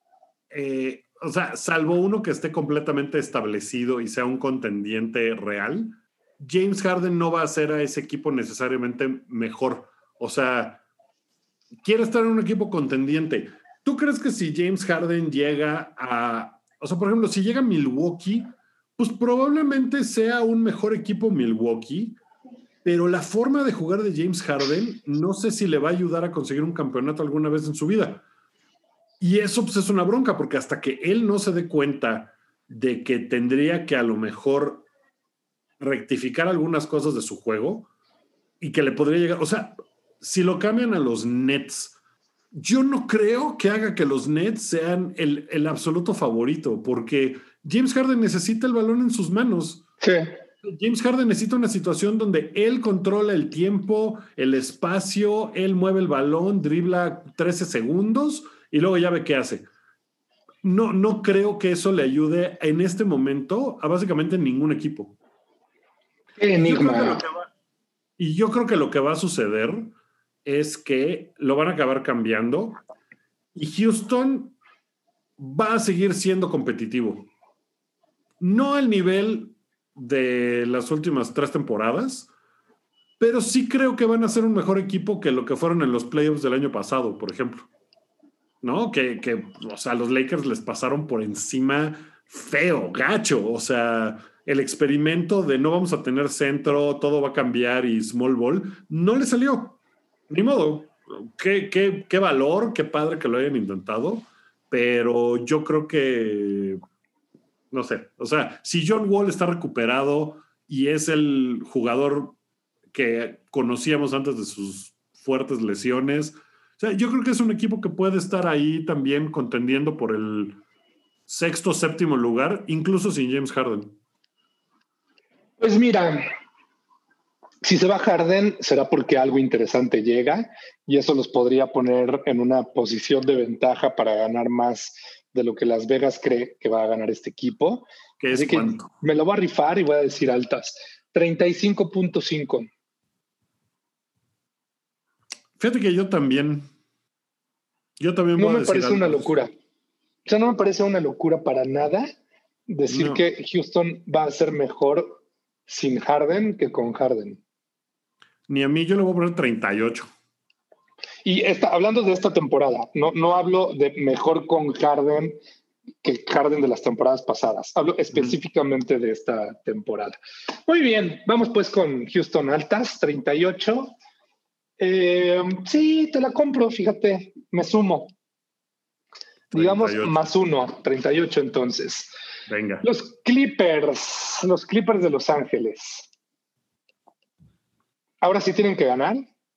o sea, salvo uno que esté completamente establecido y sea un contendiente real, James Harden no va a hacer a ese equipo necesariamente mejor. O sea, quiere estar en un equipo contendiente. ¿Tú crees que si James Harden llega a... O sea, por ejemplo, si llega a Milwaukee, pues probablemente sea un mejor equipo Milwaukee, pero la forma de jugar de James Harden no sé si le va a ayudar a conseguir un campeonato alguna vez en su vida. Y eso pues es una bronca, porque hasta que él no se dé cuenta de que tendría que a lo mejor rectificar algunas cosas de su juego y que le podría llegar, o sea, si lo cambian a los Nets, yo no creo que haga que los Nets sean el absoluto favorito, porque James Harden necesita el balón en sus manos. Sí. James Harden necesita una situación donde él controla el tiempo, el espacio, él mueve el balón, dribla 13 segundos y luego ya ve qué hace. No creo que eso le ayude en este momento a básicamente ningún equipo. Enigma. Y yo creo que lo que va a suceder es que lo van a acabar cambiando Y Houston va a seguir siendo competitivo. No al nivel de las últimas 3 temporadas, pero sí creo que van a ser un mejor equipo que lo que fueron en los playoffs del año pasado, por ejemplo. ¿No? Que o sea, los Lakers les pasaron por encima feo, gacho. O sea, el experimento de no vamos a tener centro, todo va a cambiar y small ball, no le salió. Ni modo. Qué valor, qué padre que lo hayan intentado, pero yo creo que no sé. O sea, si John Wall está recuperado y es el jugador que conocíamos antes de sus fuertes lesiones, o sea, yo creo que es un equipo que puede estar ahí también contendiendo por el 6º, 7º lugar, incluso sin James Harden. Pues mira, si se va Harden será porque algo interesante llega y eso los podría poner en una posición de ventaja para ganar más de lo que Las Vegas cree que va a ganar este equipo. ¿Qué es cuánto? Me lo voy a rifar y voy a decir altas. 35.5. Fíjate que yo también No voy a me decir parece altas. una locura. O sea, no me parece una locura para nada decir que Houston va a ser mejor sin Harden que con Harden. Ni a mí, yo le voy a poner 38. Y hablando de esta temporada, no hablo de mejor con Harden que Harden de las temporadas pasadas. Hablo específicamente de esta temporada. Muy bien, vamos pues con Houston altas, 38. Sí, te la compro, fíjate, me sumo. 38. Digamos más 1, 38 entonces. Venga. Los Clippers de Los Ángeles. ¿Ahora sí tienen que ganar?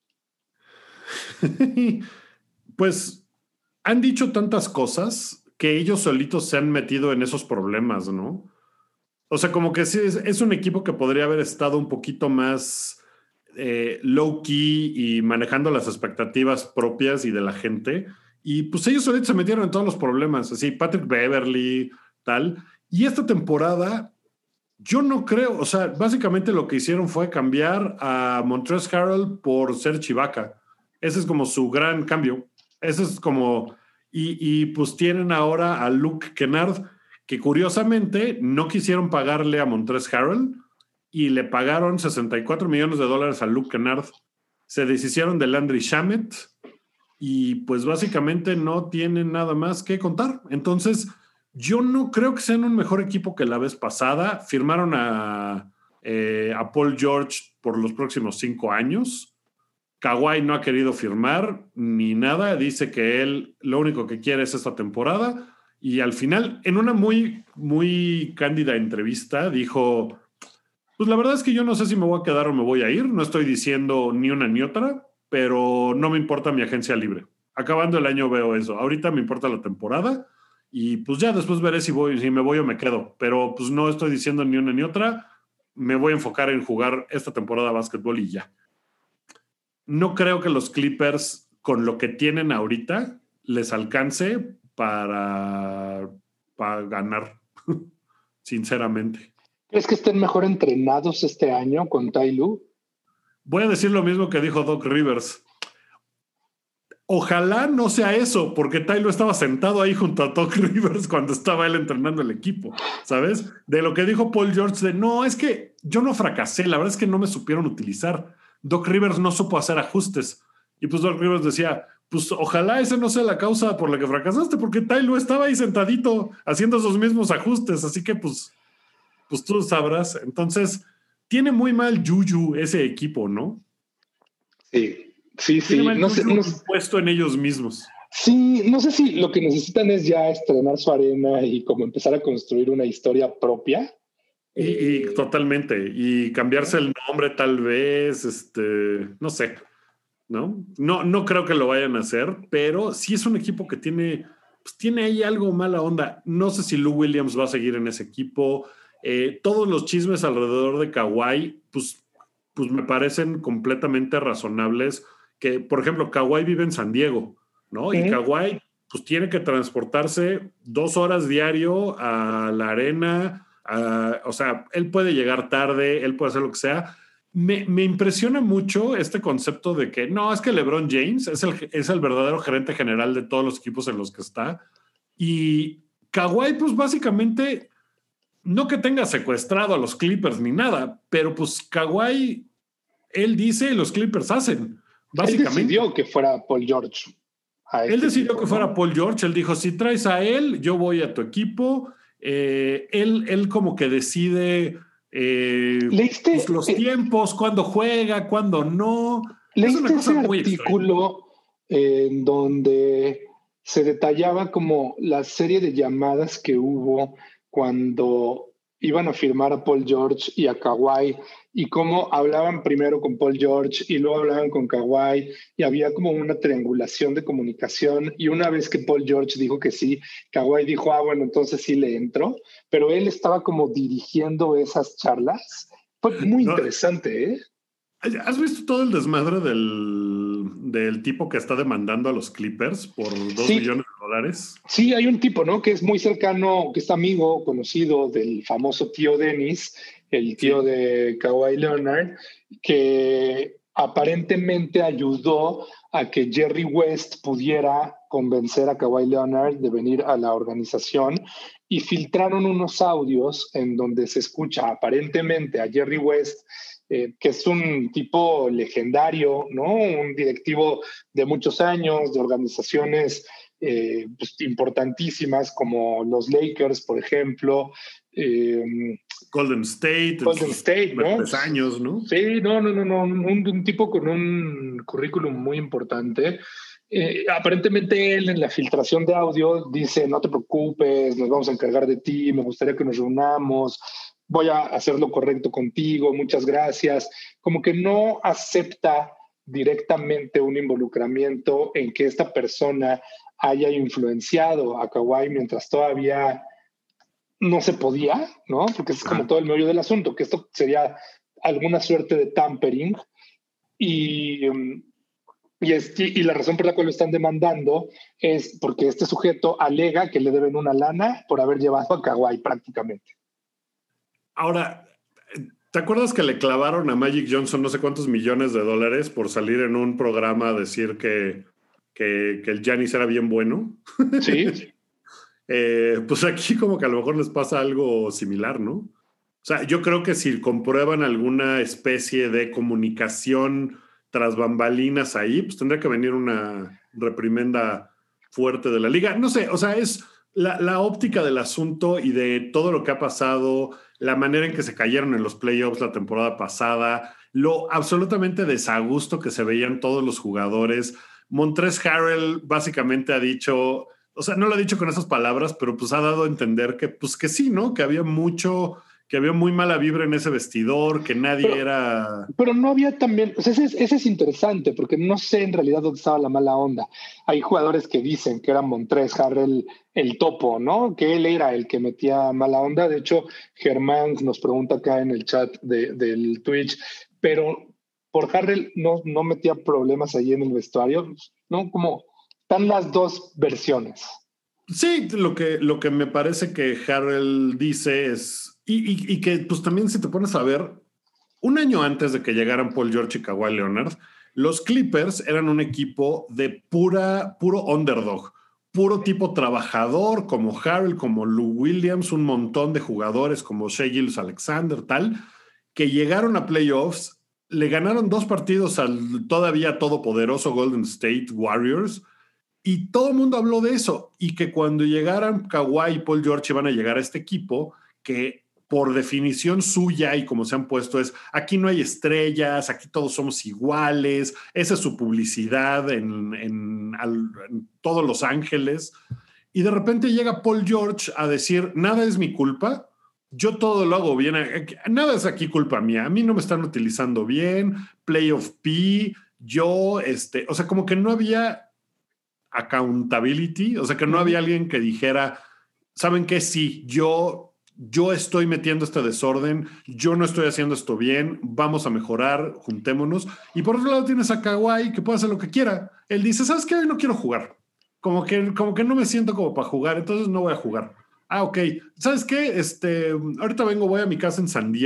Pues han dicho tantas cosas que ellos solitos se han metido en esos problemas, ¿no? O sea, como que sí, es un equipo que podría haber estado un poquito más low key y manejando las expectativas propias y de la gente. Y pues ellos solitos se metieron en todos los problemas, así Patrick Beverley, tal. Y esta temporada, yo no creo, o sea, básicamente lo que hicieron fue cambiar a Montrezl Harrell por Serge Ibaka. Ese es como su gran cambio. Ese es como... Y pues tienen ahora a Luke Kennard, que curiosamente no quisieron pagarle a Montrezl Harrell y le pagaron $64 millones a Luke Kennard. Se deshicieron de Landry Shamet y pues básicamente no tienen nada más que contar. Entonces, yo no creo que sean un mejor equipo que la vez pasada. Firmaron a Paul George por los próximos 5 años. Kawhi no ha querido firmar ni nada. Dice que él lo único que quiere es esta temporada. Y al final, en una muy, muy cándida entrevista, dijo... Pues la verdad es que yo no sé si me voy a quedar o me voy a ir. No estoy diciendo ni una ni otra, pero no me importa mi agencia libre. Acabando el año veo eso. Ahorita me importa la temporada y pues ya después veré si me voy o me quedo. Pero pues no estoy diciendo ni una ni otra. Me voy a enfocar en jugar esta temporada de básquetbol y ya. No creo que los Clippers, con lo que tienen ahorita, les alcance para ganar, sinceramente. ¿Crees que estén mejor entrenados este año con Ty Lue? Voy a decir lo mismo que dijo Doc Rivers. Ojalá no sea eso, porque Ty Lue estaba sentado ahí junto a Doc Rivers cuando estaba él entrenando el equipo, ¿sabes? De lo que dijo Paul George de, no, es que yo no fracasé, la verdad es que no me supieron utilizar. Doc Rivers no supo hacer ajustes. Y pues Doc Rivers decía, pues ojalá esa no sea la causa por la que fracasaste, porque Ty Lue estaba ahí sentadito haciendo esos mismos ajustes, así que pues tú sabrás. Entonces, tiene muy mal yuyu ese equipo, ¿no? Sí. Tiene mal yuyu puesto en ellos mismos. Sí, no sé si lo que necesitan es ya estrenar su arena y como empezar a construir una historia propia. Y totalmente. Y cambiarse el nombre tal vez, no sé, ¿no? No creo que lo vayan a hacer, pero sí es un equipo que tiene ahí algo mala onda. No sé si Lou Williams va a seguir en ese equipo. Todos los chismes alrededor de Kawhi, pues me parecen completamente razonables. Que, por ejemplo, Kawhi vive en San Diego, ¿no? Y Kawhi, pues tiene que transportarse 2 horas diario a la arena. O sea, él puede llegar tarde, él puede hacer lo que sea. Me impresiona mucho este concepto de que no, es que LeBron James es el verdadero gerente general de todos los equipos en los que está. Y Kawhi, pues básicamente, no que tenga secuestrado a los Clippers ni nada, pero pues Kawhi, él dice y los Clippers hacen. Básicamente. Él decidió que fuera Paul George. Él decidió que fuera Paul George. Él dijo, si traes a él, yo voy a tu equipo. Él como que decide pues los tiempos, cuándo juega, cuándo no. ¿Leíste ese artículo en donde se detallaba como la serie de llamadas que hubo cuando iban a firmar a Paul George y a Kawhi, y cómo hablaban primero con Paul George y luego hablaban con Kawhi, y había como una triangulación de comunicación, y una vez que Paul George dijo que sí, Kawhi dijo, bueno, entonces sí le entro, pero él estaba como dirigiendo esas charlas. Fue muy interesante, ¿eh? ¿Has visto todo el desmadre del tipo que está demandando a los Clippers por $2 millones? Sí, hay un tipo, ¿no? Que es muy cercano, que es amigo, conocido del famoso tío Dennis, el tío de Kawhi Leonard, que aparentemente ayudó a que Jerry West pudiera convencer a Kawhi Leonard de venir a la organización, y filtraron unos audios en donde se escucha aparentemente a Jerry West, que es un tipo legendario, ¿no? Un directivo de muchos años, de organizaciones pues, importantísimas como los Lakers, por ejemplo. Golden State, ¿no? 3 años, ¿no? Sí, no. Un tipo con un currículum muy importante. Aparentemente él en la filtración de audio dice, no te preocupes, nos vamos a encargar de ti, me gustaría que nos reunamos, voy a hacer lo correcto contigo, muchas gracias. Como que no acepta directamente un involucramiento en que esta persona haya influenciado a Kawhi mientras todavía no se podía, ¿no? Porque es como todo el meollo del asunto, que esto sería alguna suerte de tampering. Y la razón por la cual lo están demandando es porque este sujeto alega que le deben una lana por haber llevado a Kawhi prácticamente. Ahora, ¿te acuerdas que le clavaron a Magic Johnson no sé cuántos millones de dólares por salir en un programa a decir que el Giannis era bien bueno? Sí. Pues aquí como que a lo mejor les pasa algo similar, ¿no? O sea, yo creo que si comprueban alguna especie de comunicación tras bambalinas ahí, pues tendría que venir una reprimenda fuerte de la liga. No sé, o sea, es la óptica del asunto y de todo lo que ha pasado, la manera en que se cayeron en los playoffs la temporada pasada, lo absolutamente desagusto que se veían todos los jugadores. Montrezl Harrell básicamente ha dicho, o sea, no lo ha dicho con esas palabras, pero pues ha dado a entender que, pues que sí, ¿no? Que había muy mala vibra en ese vestidor, que nadie era... Pero no había también, o sea, ese es interesante, porque no sé en realidad dónde estaba la mala onda. Hay jugadores que dicen que era Montrezl Harrell el topo, ¿no? Que él era el que metía mala onda. De hecho, Germán nos pregunta acá en el chat del Twitch, pero por Harrell no metía problemas ahí en el vestuario, ¿no? Como están las dos versiones. Sí, lo que me parece que Harrell dice es... Y que pues también si te pones a ver, un año antes de que llegaran Paul George y Kawhi Leonard, los Clippers eran un equipo de puro underdog, puro tipo trabajador, como Harrell, como Lou Williams, un montón de jugadores como Shai Gilgeous-Alexander, tal, que llegaron a playoffs, le ganaron 2 partidos al todavía todopoderoso Golden State Warriors, y todo el mundo habló de eso, y que cuando llegaran Kawhi y Paul George iban a llegar a este equipo que por definición suya y como se han puesto es, aquí no hay estrellas, aquí todos somos iguales, esa es su publicidad en todos Los Ángeles, y de repente llega Paul George a decir, nada es mi culpa, yo todo lo hago bien, nada es aquí culpa mía, a mí no me están utilizando bien, playoff P, yo, o sea, como que no había accountability, o sea, que no había alguien que dijera, ¿saben qué? Sí, yo estoy metiendo este desorden, yo no estoy haciendo esto bien, vamos a mejorar, juntémonos. Y por otro lado tienes a Kawhi que puede hacer lo que quiera. Él dice, ¿sabes qué? Hoy no quiero jugar. Como que no me siento como para jugar, entonces no voy a jugar. Ah, ok. ¿Sabes qué? Ahorita voy a mi casa en San Diego.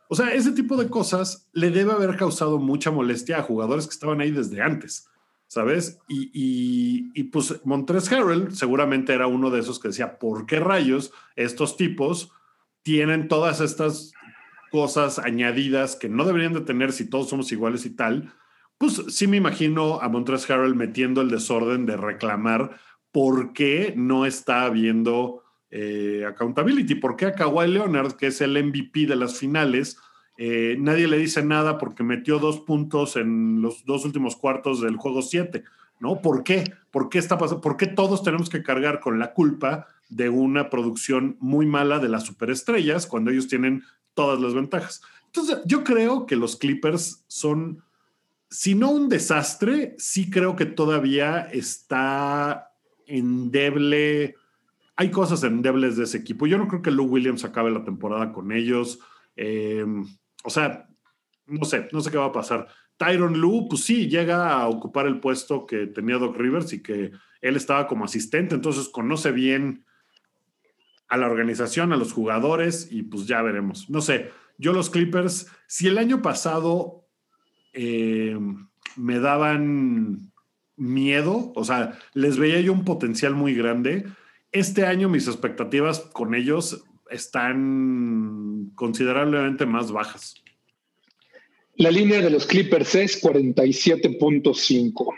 O sea, ese tipo de cosas le debe haber causado mucha molestia a jugadores que estaban ahí desde antes, ¿sabes? Y pues Montrezl Harrell seguramente era uno de esos que decía, ¿por qué rayos estos tipos tienen todas estas cosas añadidas que no deberían de tener si todos somos iguales y tal? Pues sí me imagino a Montrezl Harrell metiendo el desorden de reclamar por qué no está habiendo accountability, por qué a Kawhi Leonard, que es el MVP de las finales, nadie le dice nada porque metió 2 puntos en los 2 últimos cuartos del juego 7, ¿no? ¿Por qué? ¿Por qué está pasando? ¿Por qué todos tenemos que cargar con la culpa de una producción muy mala de las superestrellas cuando ellos tienen todas las ventajas? Entonces, yo creo que los Clippers son, si no un desastre, sí creo que todavía está endeble. Hay cosas endebles de ese equipo. Yo no creo que Lou Williams acabe la temporada con ellos. Eh, o sea, no sé qué va a pasar. Tyronn Lue, pues sí, llega a ocupar el puesto que tenía Doc Rivers y que él estaba como asistente, entonces conoce bien a la organización, a los jugadores y pues ya veremos. No sé, yo los Clippers, si el año pasado eh, me daban miedo, o sea, les veía yo un potencial muy grande, este año mis expectativas con ellos están considerablemente más bajas. La línea de los Clippers es 47.5.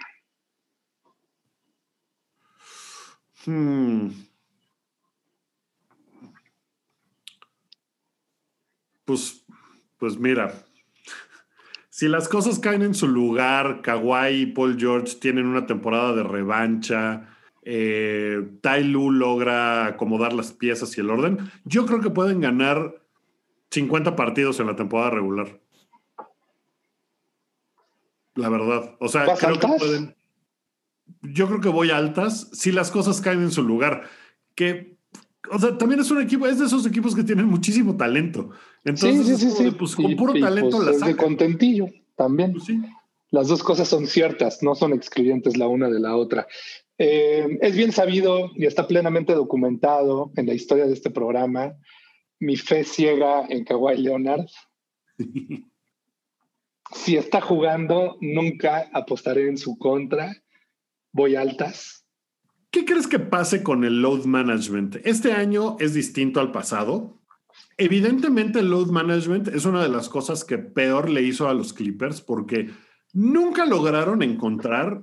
Pues mira, si las cosas caen en su lugar, Kawhi y Paul George tienen una temporada de revancha, Ty Lue logra acomodar las piezas y el orden, yo creo que pueden ganar 50 partidos en la temporada regular. La verdad. O sea, ¿Vas creo altas? que pueden. Yo creo que voy a altas si las cosas caen en su lugar. Que, o sea, también es un equipo, es de esos equipos que tienen muchísimo talento. Entonces es como de, Sí. pues con puro talento Pues la es de sacan. contentillo también. Pues sí. Las dos cosas son ciertas, no son excluyentes la una de la otra. Es bien sabido y está plenamente documentado en la historia de este programa mi fe ciega en Kawhi Leonard. Si está jugando, nunca apostaré en su contra. Voy altas. ¿Qué crees que pase con el load management? Este año es distinto al pasado. Evidentemente el load management es una de las cosas que peor le hizo a los Clippers porque nunca lograron encontrar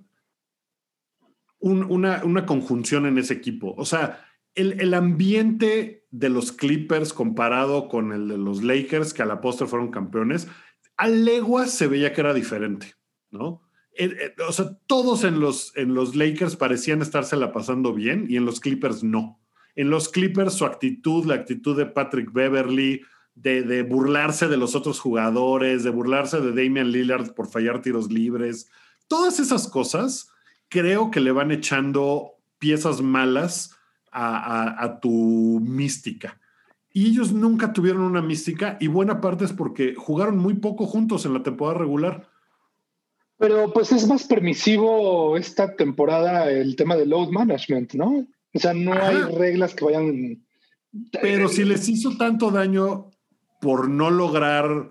una conjunción en ese equipo. O sea, el ambiente de los Clippers comparado con el de los Lakers, que a la postre fueron campeones, a leguas se veía que era diferente, ¿no? O sea, todos en los Lakers parecían estársela pasando bien y en los Clippers no. En los Clippers su actitud, la actitud de Patrick Beverley, de burlarse de los otros jugadores, de burlarse de Damian Lillard por fallar tiros libres, todas esas cosas creo que le van echando piezas malas a tu mística. Y ellos nunca tuvieron una mística y buena parte es porque jugaron muy poco juntos en la temporada regular. Pero pues es más permisivo esta temporada el tema del load management, ¿no? O sea, no hay reglas que vayan... Pero si les hizo tanto daño por no lograr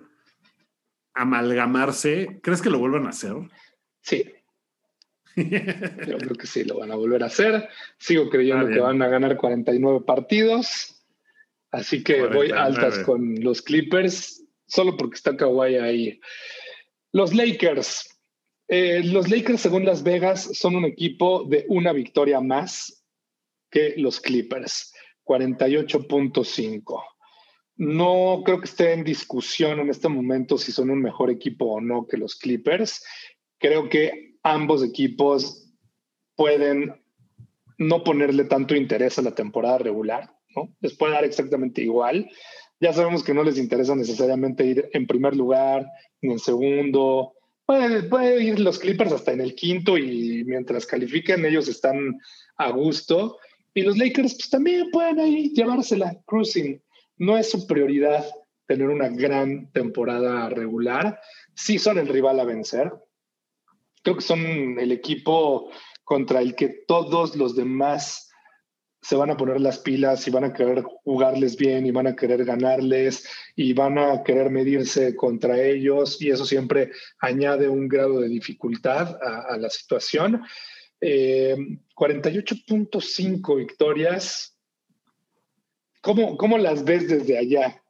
amalgamarse, ¿crees que lo vuelvan a hacer? Sí. Yo creo que sí, lo van a volver a hacer. Sigo creyendo que van a ganar 49 partidos. Así que 49. Voy altas con los Clippers, solo porque está Kawhi ahí. Los Lakers. Los Lakers, según Las Vegas, son un equipo de una victoria más que los Clippers. 48.5. No creo que esté en discusión en este momento si son un mejor equipo o no que los Clippers. Creo que ambos equipos pueden no ponerle tanto interés a la temporada regular, ¿no? Les puede dar exactamente igual. Ya sabemos que no les interesa necesariamente ir en primer lugar ni en segundo. Puede ir los Clippers hasta en el quinto y mientras califiquen ellos están a gusto. Y los Lakers pues también pueden ahí llevársela cruising. No es su prioridad tener una gran temporada regular. Sí son el rival a vencer. Creo que son el equipo contra el que todos los demás se van a poner las pilas y van a querer jugarles bien y van a querer ganarles y van a querer medirse contra ellos, y eso siempre añade un grado de dificultad a la situación. 48.5 victorias. ¿Cómo las ves desde allá?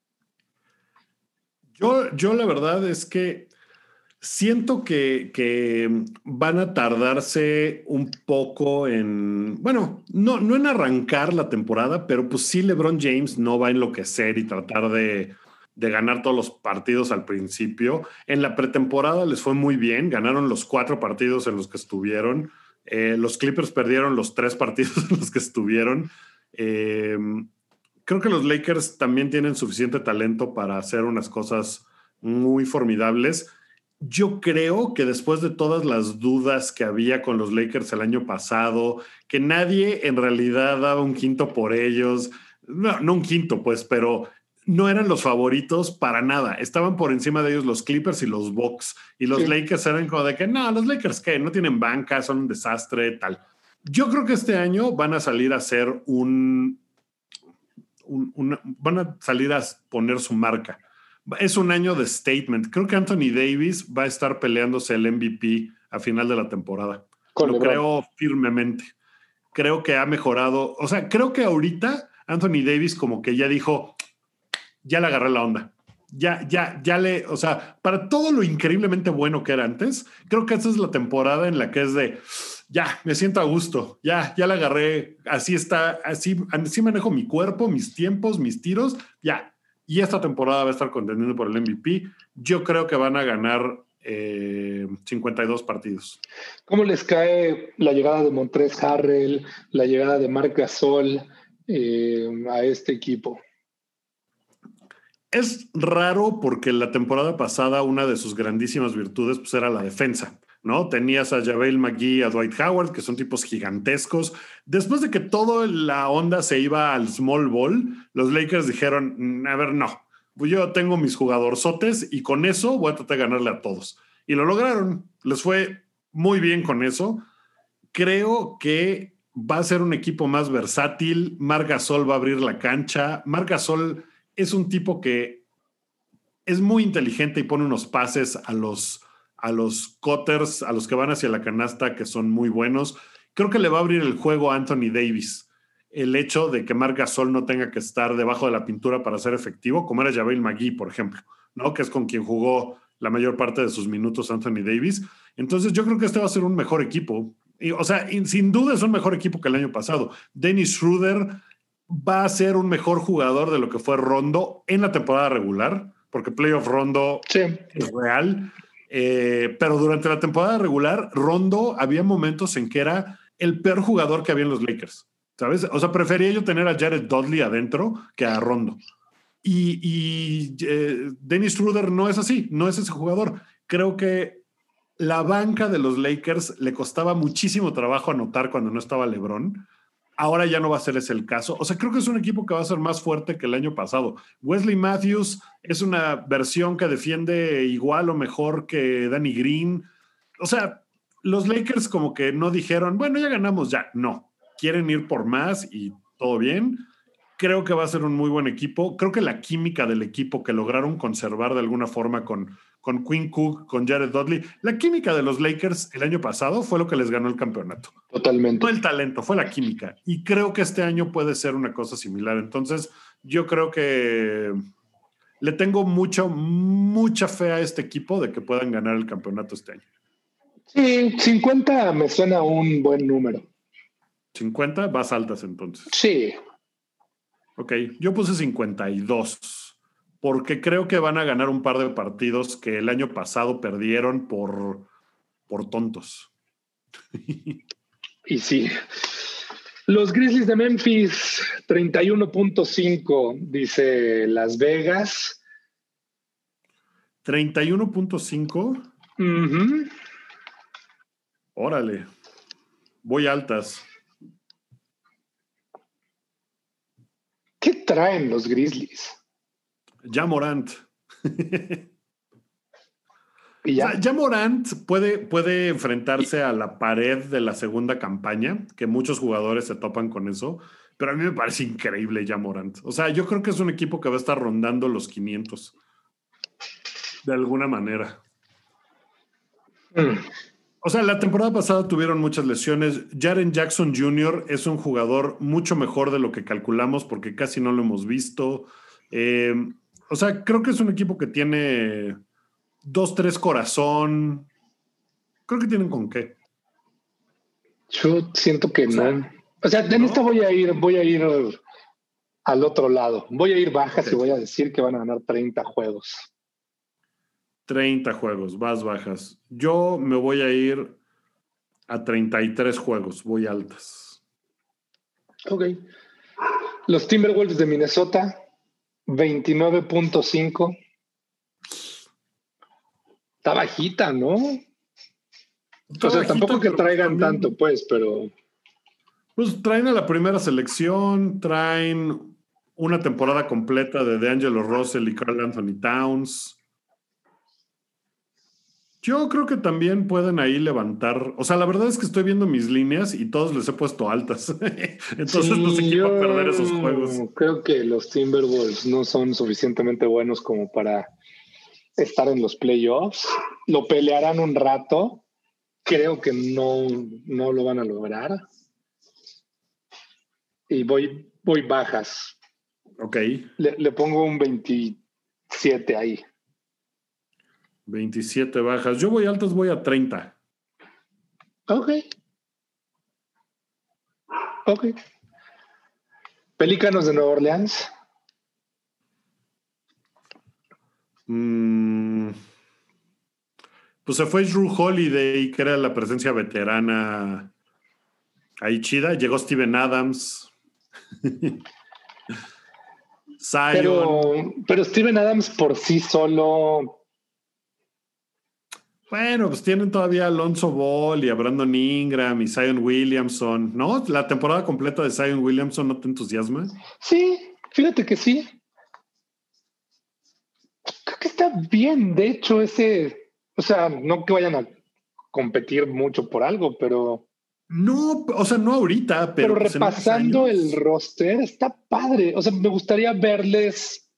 Yo la verdad es que siento que van a tardarse un poco en, bueno, no en arrancar la temporada, pero pues sí LeBron James no va a enloquecer y tratar de ganar todos los partidos al principio. En la pretemporada les fue muy bien, ganaron los 4 partidos en los que estuvieron. Los Clippers perdieron los 3 partidos en los que estuvieron. Eh, Creo que los Lakers también tienen suficiente talento para hacer unas cosas muy formidables. Yo creo que después de todas las dudas que había con los Lakers el año pasado, que nadie en realidad daba un quinto por ellos, no un quinto pues, pero no eran los favoritos para nada. Estaban por encima de ellos los Clippers y los Bucks, y los Sí. Lakers eran como de que no, los Lakers qué, no tienen banca, son un desastre, tal. Yo creo que este año van a salir a hacer van a salir a poner su marca. Es un año de statement. Creo que Anthony Davis va a estar peleándose el MVP a final de la temporada. Lo creo firmemente. Creo que ha mejorado. O sea, creo que ahorita Anthony Davis como que ya dijo, ya le agarré la onda. O sea, para todo lo increíblemente bueno que era antes, creo que esta es la temporada en la que es de, ya, me siento a gusto, ya la agarré, así está, así manejo mi cuerpo, mis tiempos, mis tiros, ya. Y esta temporada va a estar contendiendo por el MVP. Yo creo que van a ganar 52 partidos. ¿Cómo les cae la llegada de Montrezl Harrell, la llegada de Marc Gasol a este equipo? Es raro porque la temporada pasada una de sus grandísimas virtudes pues, era la defensa, ¿no? Tenías a JaVale McGee, a Dwight Howard, que son tipos gigantescos. Después de que toda la onda se iba al small ball, los Lakers dijeron, a ver, no, pues yo tengo mis jugadorzotes y con eso voy a tratar de ganarle a todos. Y lo lograron, les fue muy bien con eso. Creo que va a ser un equipo más versátil. Marc Gasol va a abrir la cancha. Marc Gasol es un tipo que es muy inteligente y pone unos pases a los cutters, a los que van hacia la canasta, que son muy buenos. Creo que le va a abrir el juego a Anthony Davis el hecho de que Marc Gasol no tenga que estar debajo de la pintura para ser efectivo, como era JaVale McGee, por ejemplo, ¿no? Que es con quien jugó la mayor parte de sus minutos Anthony Davis. Entonces yo creo que este va a ser un mejor equipo. O sea, sin duda es un mejor equipo que el año pasado. Dennis Schroeder va a ser un mejor jugador de lo que fue Rondo en la temporada regular, porque Playoff Rondo es real. Pero durante la temporada regular, Rondo había momentos en que era el peor jugador que había en los Lakers, ¿sabes? O sea, prefería yo tener a Jared Dudley adentro que a Rondo. Y Dennis Schroeder no es así, no es ese jugador. Creo que la banca de los Lakers le costaba muchísimo trabajo anotar cuando no estaba LeBron. Ahora ya no va a ser ese el caso. O sea, creo que es un equipo que va a ser más fuerte que el año pasado. Wesley Matthews es una versión que defiende igual o mejor que Danny Green. O sea, los Lakers como que no dijeron, bueno, ya ganamos, ya. No, quieren ir por más y todo bien. Creo que va a ser un muy buen equipo. Creo que la química del equipo que lograron conservar de alguna forma con Quinn Cook, con Jared Dudley, la química de los Lakers el año pasado fue lo que les ganó el campeonato. Totalmente. No el talento, fue la química. Y creo que este año puede ser una cosa similar. Entonces, yo creo que le tengo mucha fe a este equipo de que puedan ganar el campeonato este año. Sí, 50 me suena un buen número. 50, vas altas entonces. Sí. Ok, yo puse 52, porque creo que van a ganar un par de partidos que el año pasado perdieron por tontos. Y sí. Los Grizzlies de Memphis, 31.5, dice Las Vegas. 31.5. Uh-huh. Órale, voy altas. ¿Qué traen los Grizzlies? Ja Morant. Y ya. O sea, ya Morant puede enfrentarse a la pared de la segunda campaña, que muchos jugadores se topan con eso, pero a mí me parece increíble ya Morant. O sea, yo creo que es un equipo que va a estar rondando los 500, de alguna manera. O sea, la temporada pasada tuvieron muchas lesiones. Jaren Jackson Jr. es un jugador mucho mejor de lo que calculamos porque casi no lo hemos visto. O sea, creo que es un equipo que tiene 2-3 corazón. Creo que tienen con qué. Yo siento que no. O sea, en ¿no? esta voy a ir al otro lado. Voy a ir bajas y voy a decir que van a ganar 30 juegos. 30 juegos, vas bajas. Yo me voy a ir a 33 juegos, voy altas. Ok. Los Timberwolves de Minnesota, 29.5. Está bajita, ¿no? Está o sea, bajita, tampoco que pero traigan también, tanto, pues, pero... Pues traen a la primera selección, traen una temporada completa de D'Angelo Russell y Karl Anthony Towns. Yo creo que también pueden ahí levantar. O sea, la verdad es que estoy viendo mis líneas y todos les he puesto altas. Entonces los Sí, equipos a perder esos yo juegos. creo que los Timberwolves no son suficientemente buenos como para estar en los playoffs. Lo pelearán un rato. Creo que no lo van a lograr. Y voy bajas. Ok. Le pongo un 27 ahí. 27 bajas. Yo voy altas, voy a 30. Ok. Pelícanos de Nueva Orleans. Pues se fue Drew Holiday, que era la presencia veterana ahí chida. Llegó Steven Adams. Zion. Pero Steven Adams por sí solo. Bueno, pues tienen todavía a Alonzo Ball y a Brandon Ingram y Zion Williamson, ¿no? La temporada completa de Zion Williamson no te entusiasma. Sí, fíjate que sí. Creo que está bien. De hecho, o sea, no que vayan a competir mucho por algo, pero No, o sea, no ahorita, pero pues en unos repasando el años. roster, está padre. O sea, me gustaría verles,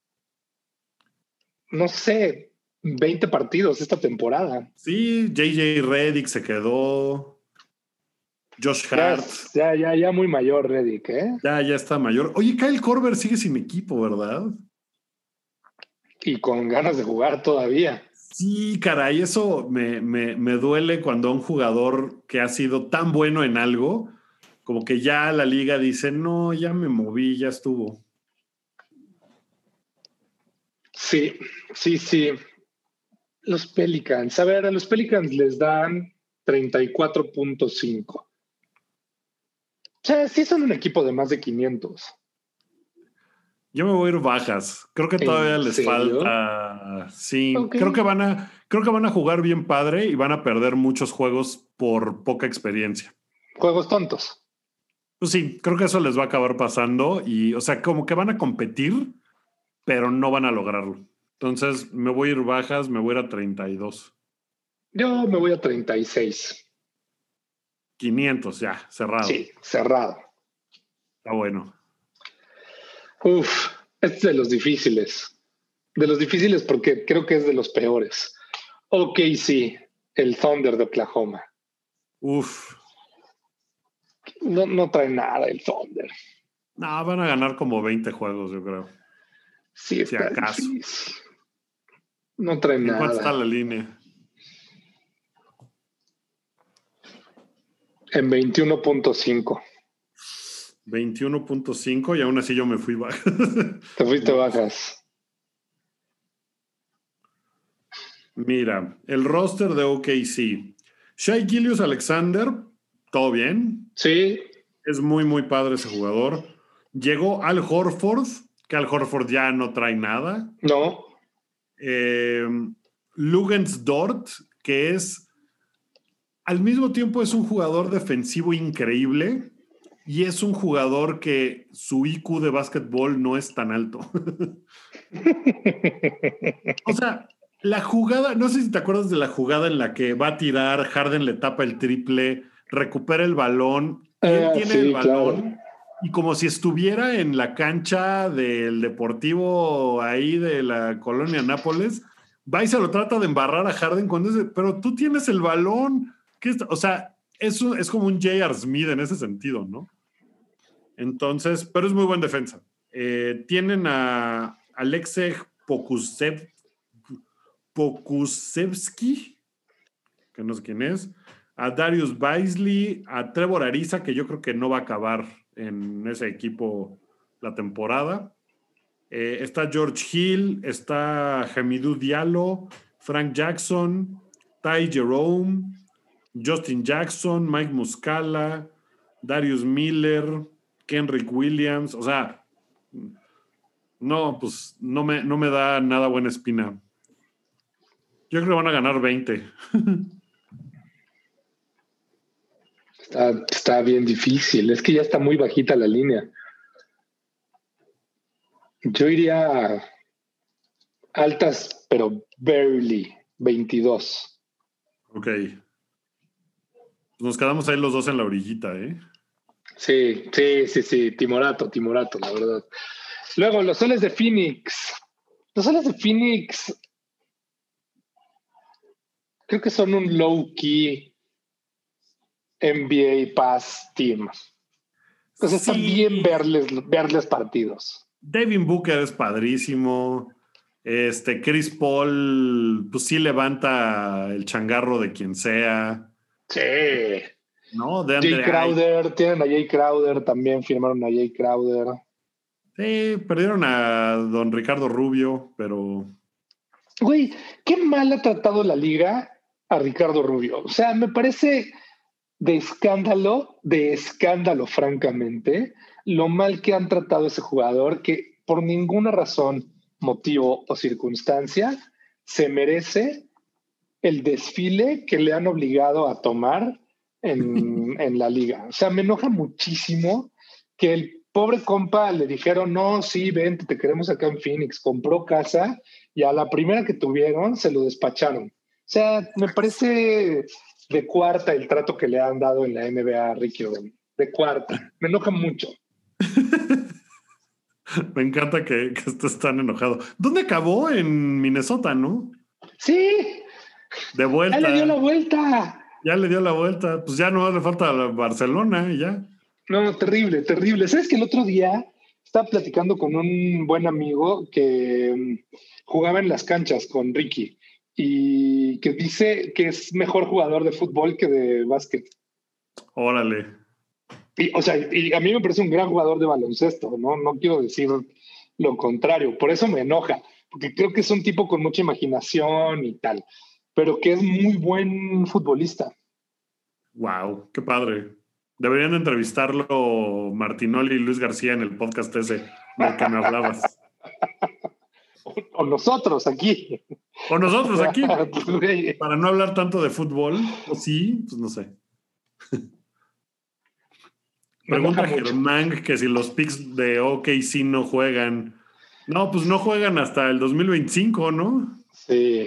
no sé, 20 partidos esta temporada. Sí, JJ Redick se quedó. Josh Hart. Ya muy mayor, Reddick, ¿eh? Ya está mayor. Oye, Kyle Korver sigue sin equipo, ¿verdad? Y con ganas de jugar todavía. Sí, caray, eso me duele cuando un jugador que ha sido tan bueno en algo, como que ya la liga dice, no, ya me moví, ya estuvo. Sí. Los Pelicans. A ver, a los Pelicans les dan 34.5. O sea, sí son un equipo de más de 500. Yo me voy a ir bajas. Creo que todavía ¿En les serio? falta. Sí, Ok. creo que van a jugar bien padre y van a perder muchos juegos por poca experiencia. Juegos tontos. Pues sí, creo que eso les va a acabar pasando y, o sea, como que van a competir, pero no van a lograrlo. Entonces, me voy a ir bajas, me voy a ir a 32. Yo me voy a 36. 500 ya, cerrado. Sí, cerrado. Está bueno. Uf, este es de los difíciles. De los difíciles porque creo que es de los peores. Ok, sí, el Thunder de Oklahoma. Uf. No trae nada el Thunder. No, van a ganar como 20 juegos, yo creo. Sí, Si está acaso. difícil. No trae ¿En cuánto está nada. la línea? En 21.5. 21.5 y aún así yo me fui bajas. Te fuiste bajas. Mira, el roster de OKC. Shai Gilgeous-Alexander, todo bien. Sí. Es muy, muy padre ese jugador. Llegó Al Horford, que Al Horford ya no trae nada. No. Lugens Dort, que es al mismo tiempo es un jugador defensivo increíble y es un jugador que su IQ de básquetbol no es tan alto. O sea, La jugada, no sé si te acuerdas de la jugada en la que va a tirar, Harden le tapa el triple, recupera el balón y él tiene el Sí, balón claro. y como si estuviera en la cancha del Deportivo ahí de la colonia Nápoles, va y se lo trata de embarrar a Harden cuando dice, pero tú tienes el balón. O sea, eso es como un J.R. Smith en ese sentido, ¿no? Entonces, pero es muy buen defensa. Tienen a Aleksej Pokusevski, que no sé quién es, a Darius Baisley, a Trevor Ariza, que yo creo que no va a acabar en ese equipo la temporada. Está George Hill, está Hamidou Diallo, Frank Jackson, Ty Jerome, Justin Jackson, Mike Muscala, Darius Miller, Kenrick Williams. O sea, no, pues no me da nada buena espina. Yo creo que van a ganar 20. Está bien difícil. Es que ya está muy bajita la línea. Yo iría altas, pero barely, 22. Ok. Nos quedamos ahí los dos en la orillita, ¿eh? Sí. Timorato, la verdad. Luego, los Soles de Phoenix. Los Soles de Phoenix creo que son un low-key NBA Pass Team. Pues está bien verles partidos. Devin Booker es padrísimo. Chris Paul, pues sí levanta el changarro de quien sea. Sí. ¿No? Jay Crowder, tienen a Jay Crowder, también firmaron a Jay Crowder. Sí, perdieron a don Ricardo Rubio, pero... Güey, qué mal ha tratado la liga a Ricardo Rubio. O sea, me parece de escándalo, francamente, lo mal que han tratado a ese jugador que por ninguna razón, motivo o circunstancia se merece el desfile que le han obligado a tomar en la liga. O sea, me enoja muchísimo que el pobre compa le dijeron, no, sí, vente, te queremos acá en Phoenix, compró casa y a la primera que tuvieron se lo despacharon. O sea, me parece de cuarta el trato que le han dado en la NBA a Ricky Rubio. De cuarta. Me enoja mucho. Me encanta que estés tan enojado. ¿Dónde acabó? En Minnesota, ¿no? Sí. De vuelta. Ya le dio la vuelta. Ya le dio la vuelta. Pues ya no le falta a Barcelona y ya. No, terrible, terrible. ¿Sabes que el otro día estaba platicando con un buen amigo que jugaba en las canchas con Ricky y que dice que es mejor jugador de fútbol que de básquet? Órale. Y a mí me parece un gran jugador de baloncesto, ¿no? No quiero decir lo contrario, por eso me enoja, porque creo que es un tipo con mucha imaginación y tal, pero que es muy buen futbolista. Wow, qué padre. Deberían entrevistarlo Martinoli y Luis García en el podcast ese del que me hablabas. O nosotros aquí. O nosotros aquí, para no hablar tanto de fútbol. O sí, pues no sé. Pregunta Germán que si los picks de OKC no juegan. No, pues no juegan hasta el 2025, ¿no? Sí.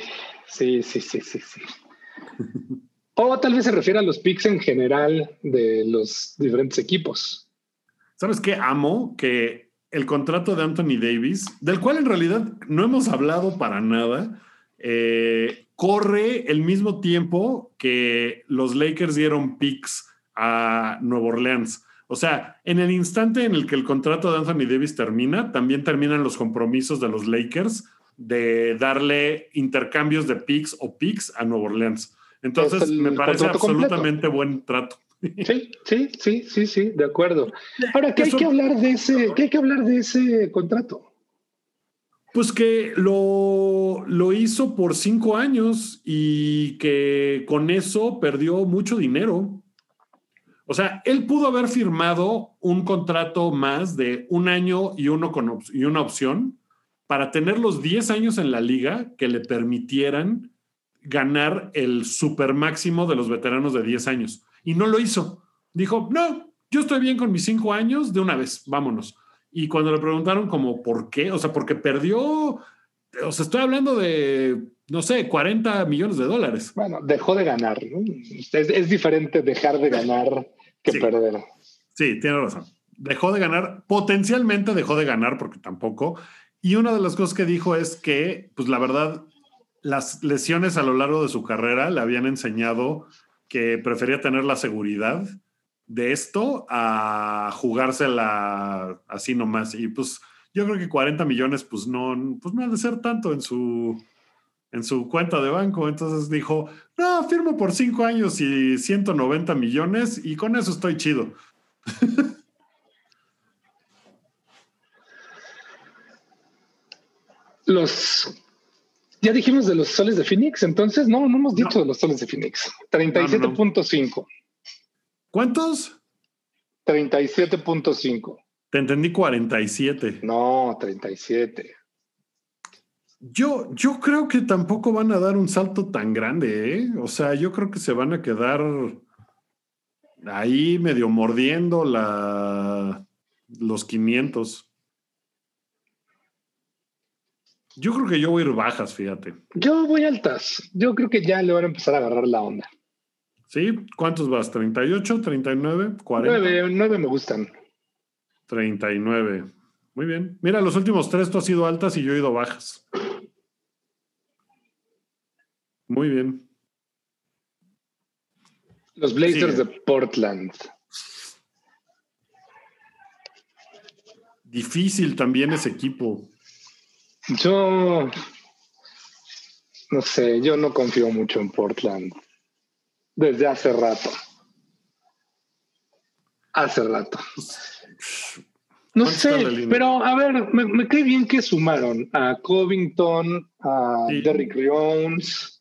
O tal vez se refiere a los picks en general de los diferentes equipos. ¿Sabes qué? Amo que el contrato de Anthony Davis, del cual en realidad no hemos hablado para nada, corre el mismo tiempo que los Lakers dieron picks a Nueva Orleans. O sea, en el instante en el que el contrato de Anthony Davis termina, también terminan los compromisos de los Lakers de darle intercambios de picks o picks a Nueva Orleans. Entonces, me parece absolutamente buen trato. Sí, de acuerdo. Ahora, ¿qué hay que hablar de ese contrato? Pues que lo hizo por 5 años y que con eso perdió mucho dinero. O sea, él pudo haber firmado un contrato más de 1 año y una opción para tener los 10 años en la liga que le permitieran ganar el super máximo de los veteranos de 10 años. Y no lo hizo. Dijo, no, yo estoy bien con mis 5 años, de una vez, vámonos. Y cuando le preguntaron como por qué, o sea, porque perdió, o sea, estoy hablando de no sé, $40 millones. Bueno, dejó de ganar, ¿no? Es diferente dejar de ganar que perder. Sí, tiene razón. Potencialmente dejó de ganar porque tampoco. Y una de las cosas que dijo es que, pues la verdad, las lesiones a lo largo de su carrera le habían enseñado que prefería tener la seguridad de esto a jugársela así nomás. Y pues yo creo que 40 millones, pues no ha de ser tanto en su cuenta de banco. Entonces dijo, no, firmo por 5 años y 190 millones y con eso estoy chido. Ya dijimos de los Soles de Phoenix, entonces no hemos dicho de los Soles de Phoenix. 37.5. ¿Cuántos? 37.5. Te entendí 47. No, 37. Yo creo que tampoco van a dar un salto tan grande, ¿eh? O sea, yo creo que se van a quedar ahí medio mordiendo los 500. Yo creo que yo voy a ir bajas, fíjate. Yo voy altas. Yo creo que ya le van a empezar a agarrar la onda. ¿Sí? ¿Cuántos vas? ¿38, 39, 40? 9 me gustan. 39. Muy bien. Mira, los últimos 3 tú has ido altas y yo he ido bajas. Muy bien. Los Blazers de Portland. Difícil también ese equipo. Yo no sé, yo no confío mucho en Portland. Desde hace rato. No sé, pero a ver, me cae bien que sumaron a Covington, a Derrick Jones.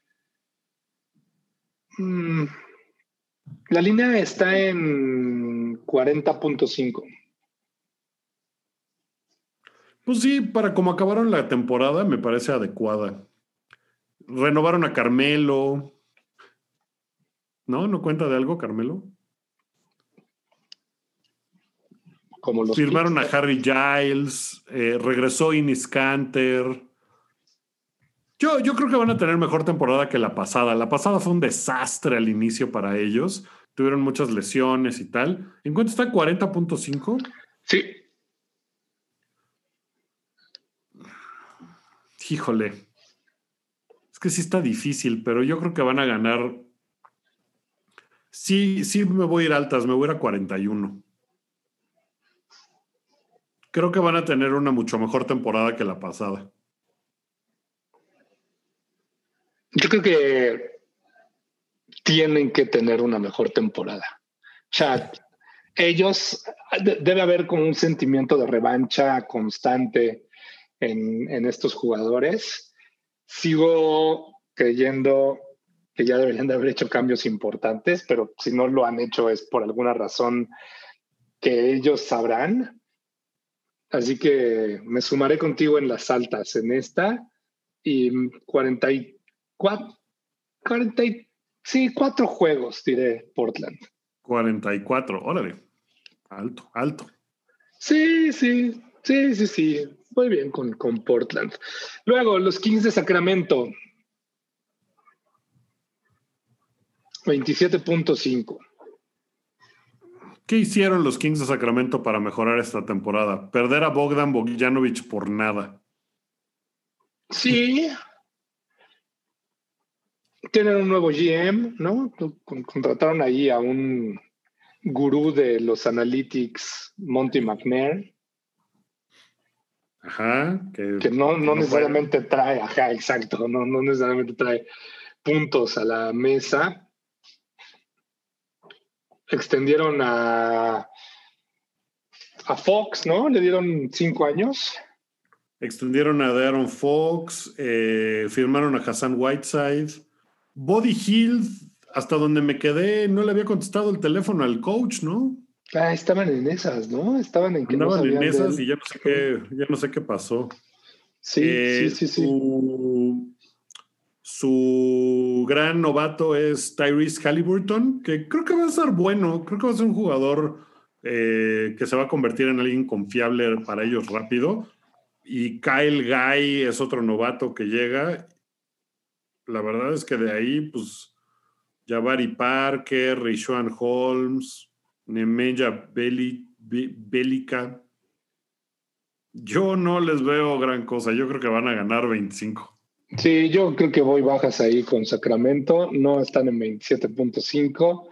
La línea está en 40.5. Pues sí, para como acabaron la temporada, me parece adecuada. Renovaron a Carmelo. ¿No? ¿No cuenta de algo, Carmelo? Como los firmaron a Harry Giles, regresó Enes Kanter. Yo creo que van a tener mejor temporada que la pasada. La pasada fue un desastre al inicio para ellos. Tuvieron muchas lesiones y tal. ¿En cuánto está? ¿40.5? Sí. Híjole. Es que sí está difícil, pero yo creo que van a ganar. Sí, me voy a ir altas, me voy a ir a 41. Creo que van a tener una mucho mejor temporada que la pasada. Yo creo que tienen que tener una mejor temporada. O sea, ellos, debe haber como un sentimiento de revancha constante en estos jugadores. Sigo creyendo que ya deberían de haber hecho cambios importantes, pero si no lo han hecho es por alguna razón que ellos sabrán. Así que me sumaré contigo en las altas en esta y 44, 4 juegos, diré Portland. 44, órale. Alto. Sí. Muy bien con Portland. Luego, los Kings de Sacramento. 27.5. ¿Qué hicieron los Kings de Sacramento para mejorar esta temporada? Perder a Bogdan Bogdanovic por nada. Sí. Tienen un nuevo GM, ¿no? Contrataron ahí a un gurú de los analytics, Monty McNair. Ajá. Que no necesariamente trae, exacto, no necesariamente trae puntos a la mesa. Extendieron a Fox, ¿no? Le dieron 5 años. Extendieron a De'Aaron Fox, firmaron a Hassan Whiteside. Buddy Hield, hasta donde me quedé, no le había contestado el teléfono al coach, ¿no? Estaban en esas, ¿no? Andaban en esas y ya no sé qué pasó. Sí. Su gran novato es Tyrese Haliburton, que creo que va a ser bueno, creo que va a ser un jugador que se va a convertir en alguien confiable para ellos rápido. Y Kyle Guy es otro novato que llega. la verdad es que de ahí, pues, Jabari Parker, Richaun Holmes, Nemanja Bjelica. Yo no les veo gran cosa. Yo creo que van a ganar 25. Sí, yo creo que voy bajas ahí con Sacramento. No están en 27.5.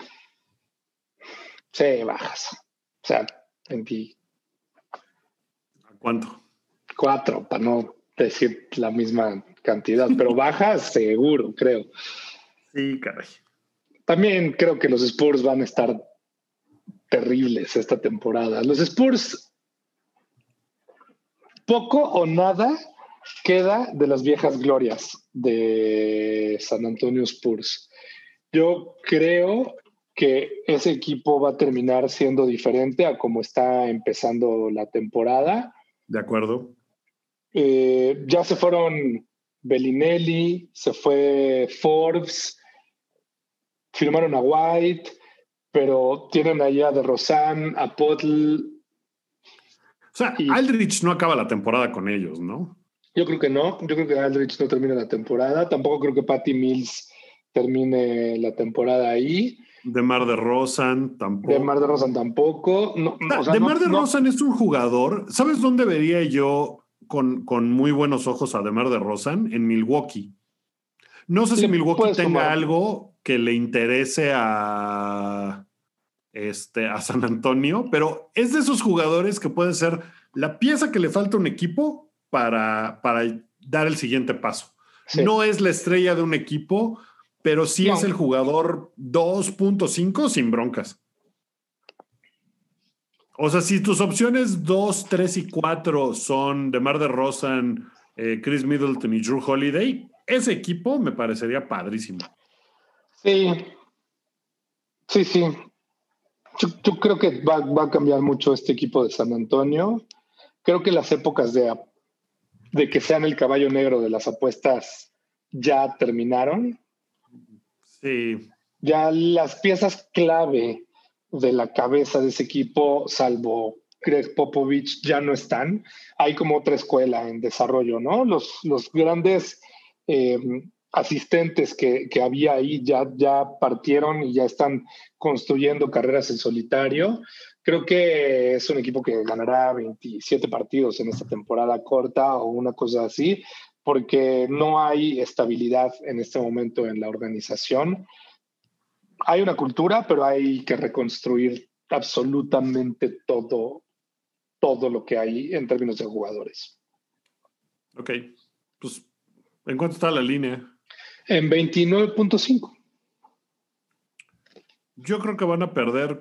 Sí, bajas. O sea, 24, ¿A cuánto? para no decir la misma cantidad, pero bajas seguro, creo. Sí, caray. También creo que los Spurs van a estar terribles esta temporada. Los Spurs, poco o nada queda de las viejas glorias de San Antonio Spurs. Yo creo que ese equipo va a terminar siendo diferente a como está empezando la temporada. De acuerdo. Ya se fueron Bellinelli, se fue Forbes, firmaron a White, pero tienen allá de DeRozan, a Poeltl. O sea, Aldridge no acaba la temporada con ellos, ¿no? Yo creo que no. Yo creo que Aldridge no termina la temporada. Tampoco creo que Patty Mills termine la temporada ahí. DeMar DeRozan tampoco. DeMar DeRozan tampoco. DeMar DeRozan es un jugador. ¿Sabes dónde vería yo con muy buenos ojos a DeMar DeRozan? En Milwaukee. No sé si Milwaukee tenga algo que le interese a San Antonio, pero es de esos jugadores que puede ser la pieza que le falta a un equipo para dar el siguiente paso. Sí. No es la estrella de un equipo, pero sí es el jugador 2.5 sin broncas. O sea, si tus opciones 2, 3 y 4 son DeMar DeRozan, Chris Middleton y Jrue Holiday, ese equipo me parecería padrísimo. Sí. Yo creo que va a cambiar mucho este equipo de San Antonio. Creo que las épocas de que sean el caballo negro de las apuestas ya terminaron. Sí. Ya las piezas clave de la cabeza de ese equipo, salvo Greg Popovich, ya no están. Hay como otra escuela en desarrollo, ¿no? Los grandes asistentes que había ahí ya partieron y ya están construyendo carreras en solitario. Creo que es un equipo que ganará 27 partidos en esta temporada corta o una cosa así, porque no hay estabilidad en este momento en la organización. Hay una cultura, pero hay que reconstruir absolutamente todo lo que hay en términos de jugadores. Ok, pues, ¿en cuánto está la línea? En 29.5. Yo creo que van a perder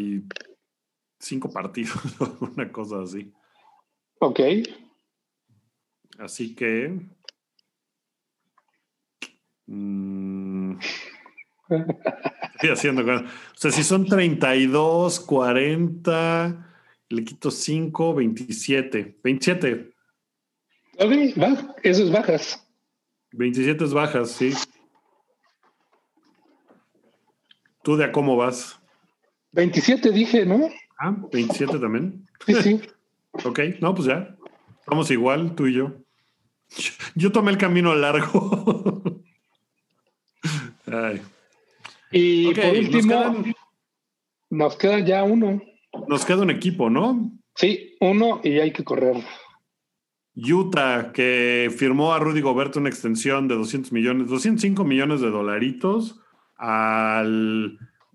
45 partidos, una cosa así. Ok. Así que... estoy haciendo... O sea, si son 32, 40, le quito 5, 27. 27. Ok, eso es bajas. 27 es bajas, sí. ¿Tú de a cómo vas? 27 dije, ¿no? Ah, 27 también. Sí. Ok, no, pues ya. Estamos igual, tú y yo. Yo tomé el camino largo. Ay. Y por último, nos queda ya uno. Nos queda un equipo, ¿no? Sí, uno y hay que correr. Utah, que firmó a Rudy Gobert una extensión de 205 millones de dolaritos al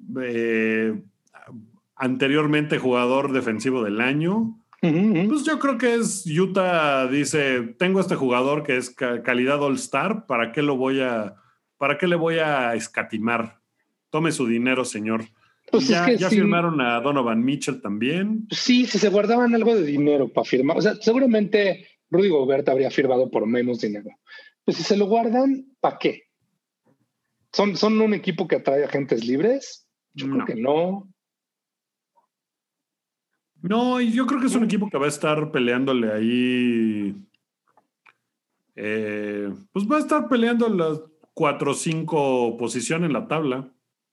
anteriormente jugador defensivo del año. Uh-huh. Pues yo creo que Utah dice, tengo este jugador que es calidad All-Star, ¿para qué le voy a escatimar? Tome su dinero, señor. Pues ya firmaron a Donovan Mitchell también. Sí, si se guardaban algo de dinero para firmar, o sea, seguramente Rudy Gobert habría firmado por menos dinero. Pues si se lo guardan, ¿para qué? ¿Son un equipo que atrae agentes libres? Yo creo que no. No, y yo creo que es un equipo que va a estar peleándole ahí. Pues va a estar peleando las 4 o 5 posiciones en la tabla.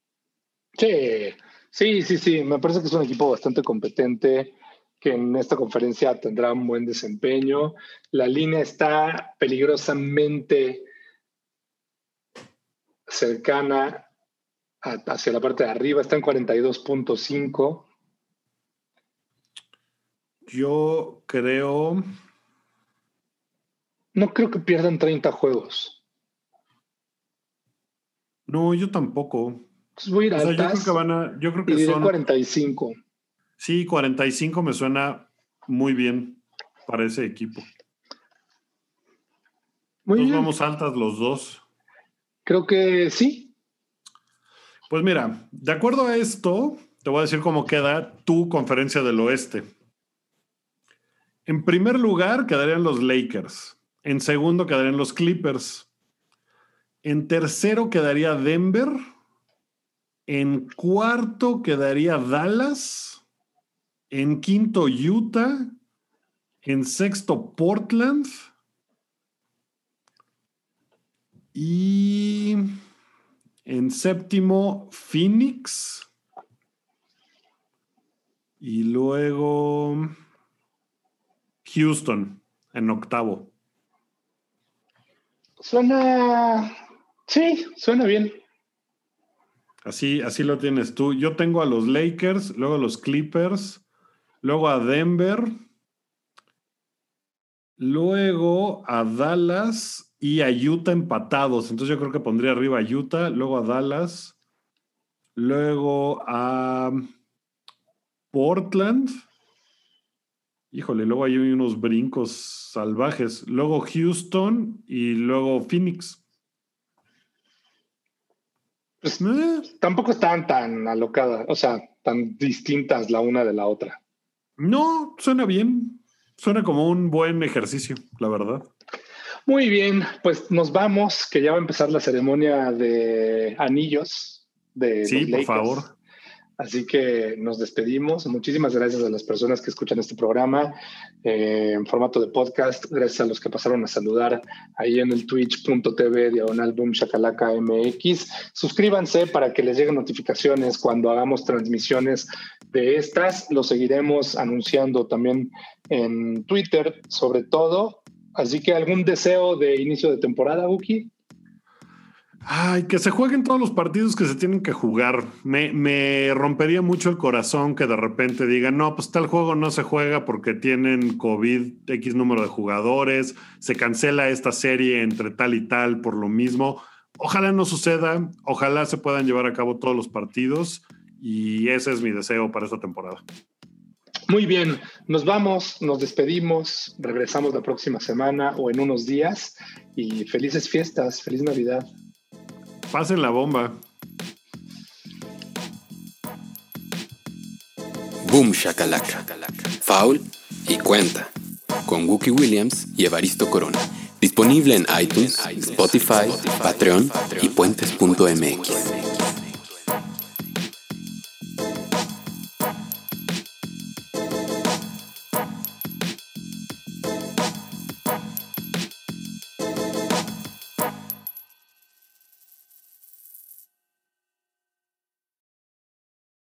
Sí. Me parece que es un equipo bastante competente, que en esta conferencia tendrá un buen desempeño. La línea está peligrosamente cercana hacia la parte de arriba, está en 42.5. Yo creo... No creo que pierdan 30 juegos. No, yo tampoco. Entonces voy a ir altas. Yo creo que y son 45. Sí, 45 me suena muy bien para ese equipo. Muy bien. Vamos altas los dos. Creo que sí. Pues mira, de acuerdo a esto, te voy a decir cómo queda tu conferencia del oeste. En primer lugar quedarían los Lakers. En segundo quedarían los Clippers. En tercero quedaría Denver. En cuarto quedaría Dallas. En quinto Utah. En sexto Portland. Y en séptimo Phoenix. Y luego Houston en octavo. Suena bien. Así lo tienes tú. Yo tengo a los Lakers, luego a los Clippers, luego a Denver, luego a Dallas y a Utah empatados. Entonces yo creo que pondría arriba a Utah, luego a Dallas, luego a Portland. Híjole, luego hay unos brincos salvajes. Luego Houston y luego Phoenix. Pues, tampoco están tan alocadas, o sea, tan distintas la una de la otra. No, suena bien. Suena como un buen ejercicio, la verdad. Muy bien, pues nos vamos, que ya va a empezar la ceremonia de anillos de los Lakers. Sí, por favor. Así que nos despedimos. Muchísimas gracias a las personas que escuchan este programa en formato de podcast. Gracias a los que pasaron a saludar ahí en el twitch.tv/BoomShakalakaMX. Suscríbanse para que les lleguen notificaciones cuando hagamos transmisiones de estas. Lo seguiremos anunciando también en Twitter, sobre todo. Así que, ¿algún deseo de inicio de temporada, Buki? Ay, que se jueguen todos los partidos que se tienen que jugar. Me rompería mucho el corazón que de repente digan, no, pues tal juego no se juega porque tienen COVID, X número de jugadores, se cancela esta serie entre tal y tal por lo mismo. Ojalá no suceda, ojalá se puedan llevar a cabo todos los partidos y ese es mi deseo para esta temporada. Muy bien, nos vamos, nos despedimos, regresamos la próxima semana o en unos días y felices fiestas, feliz Navidad. Pasen la bomba. Boom Shakalaka. Foul y cuenta. Con Wookie Williams y Evaristo Corona. Disponible en iTunes, Spotify, Patreon y puentes.mx.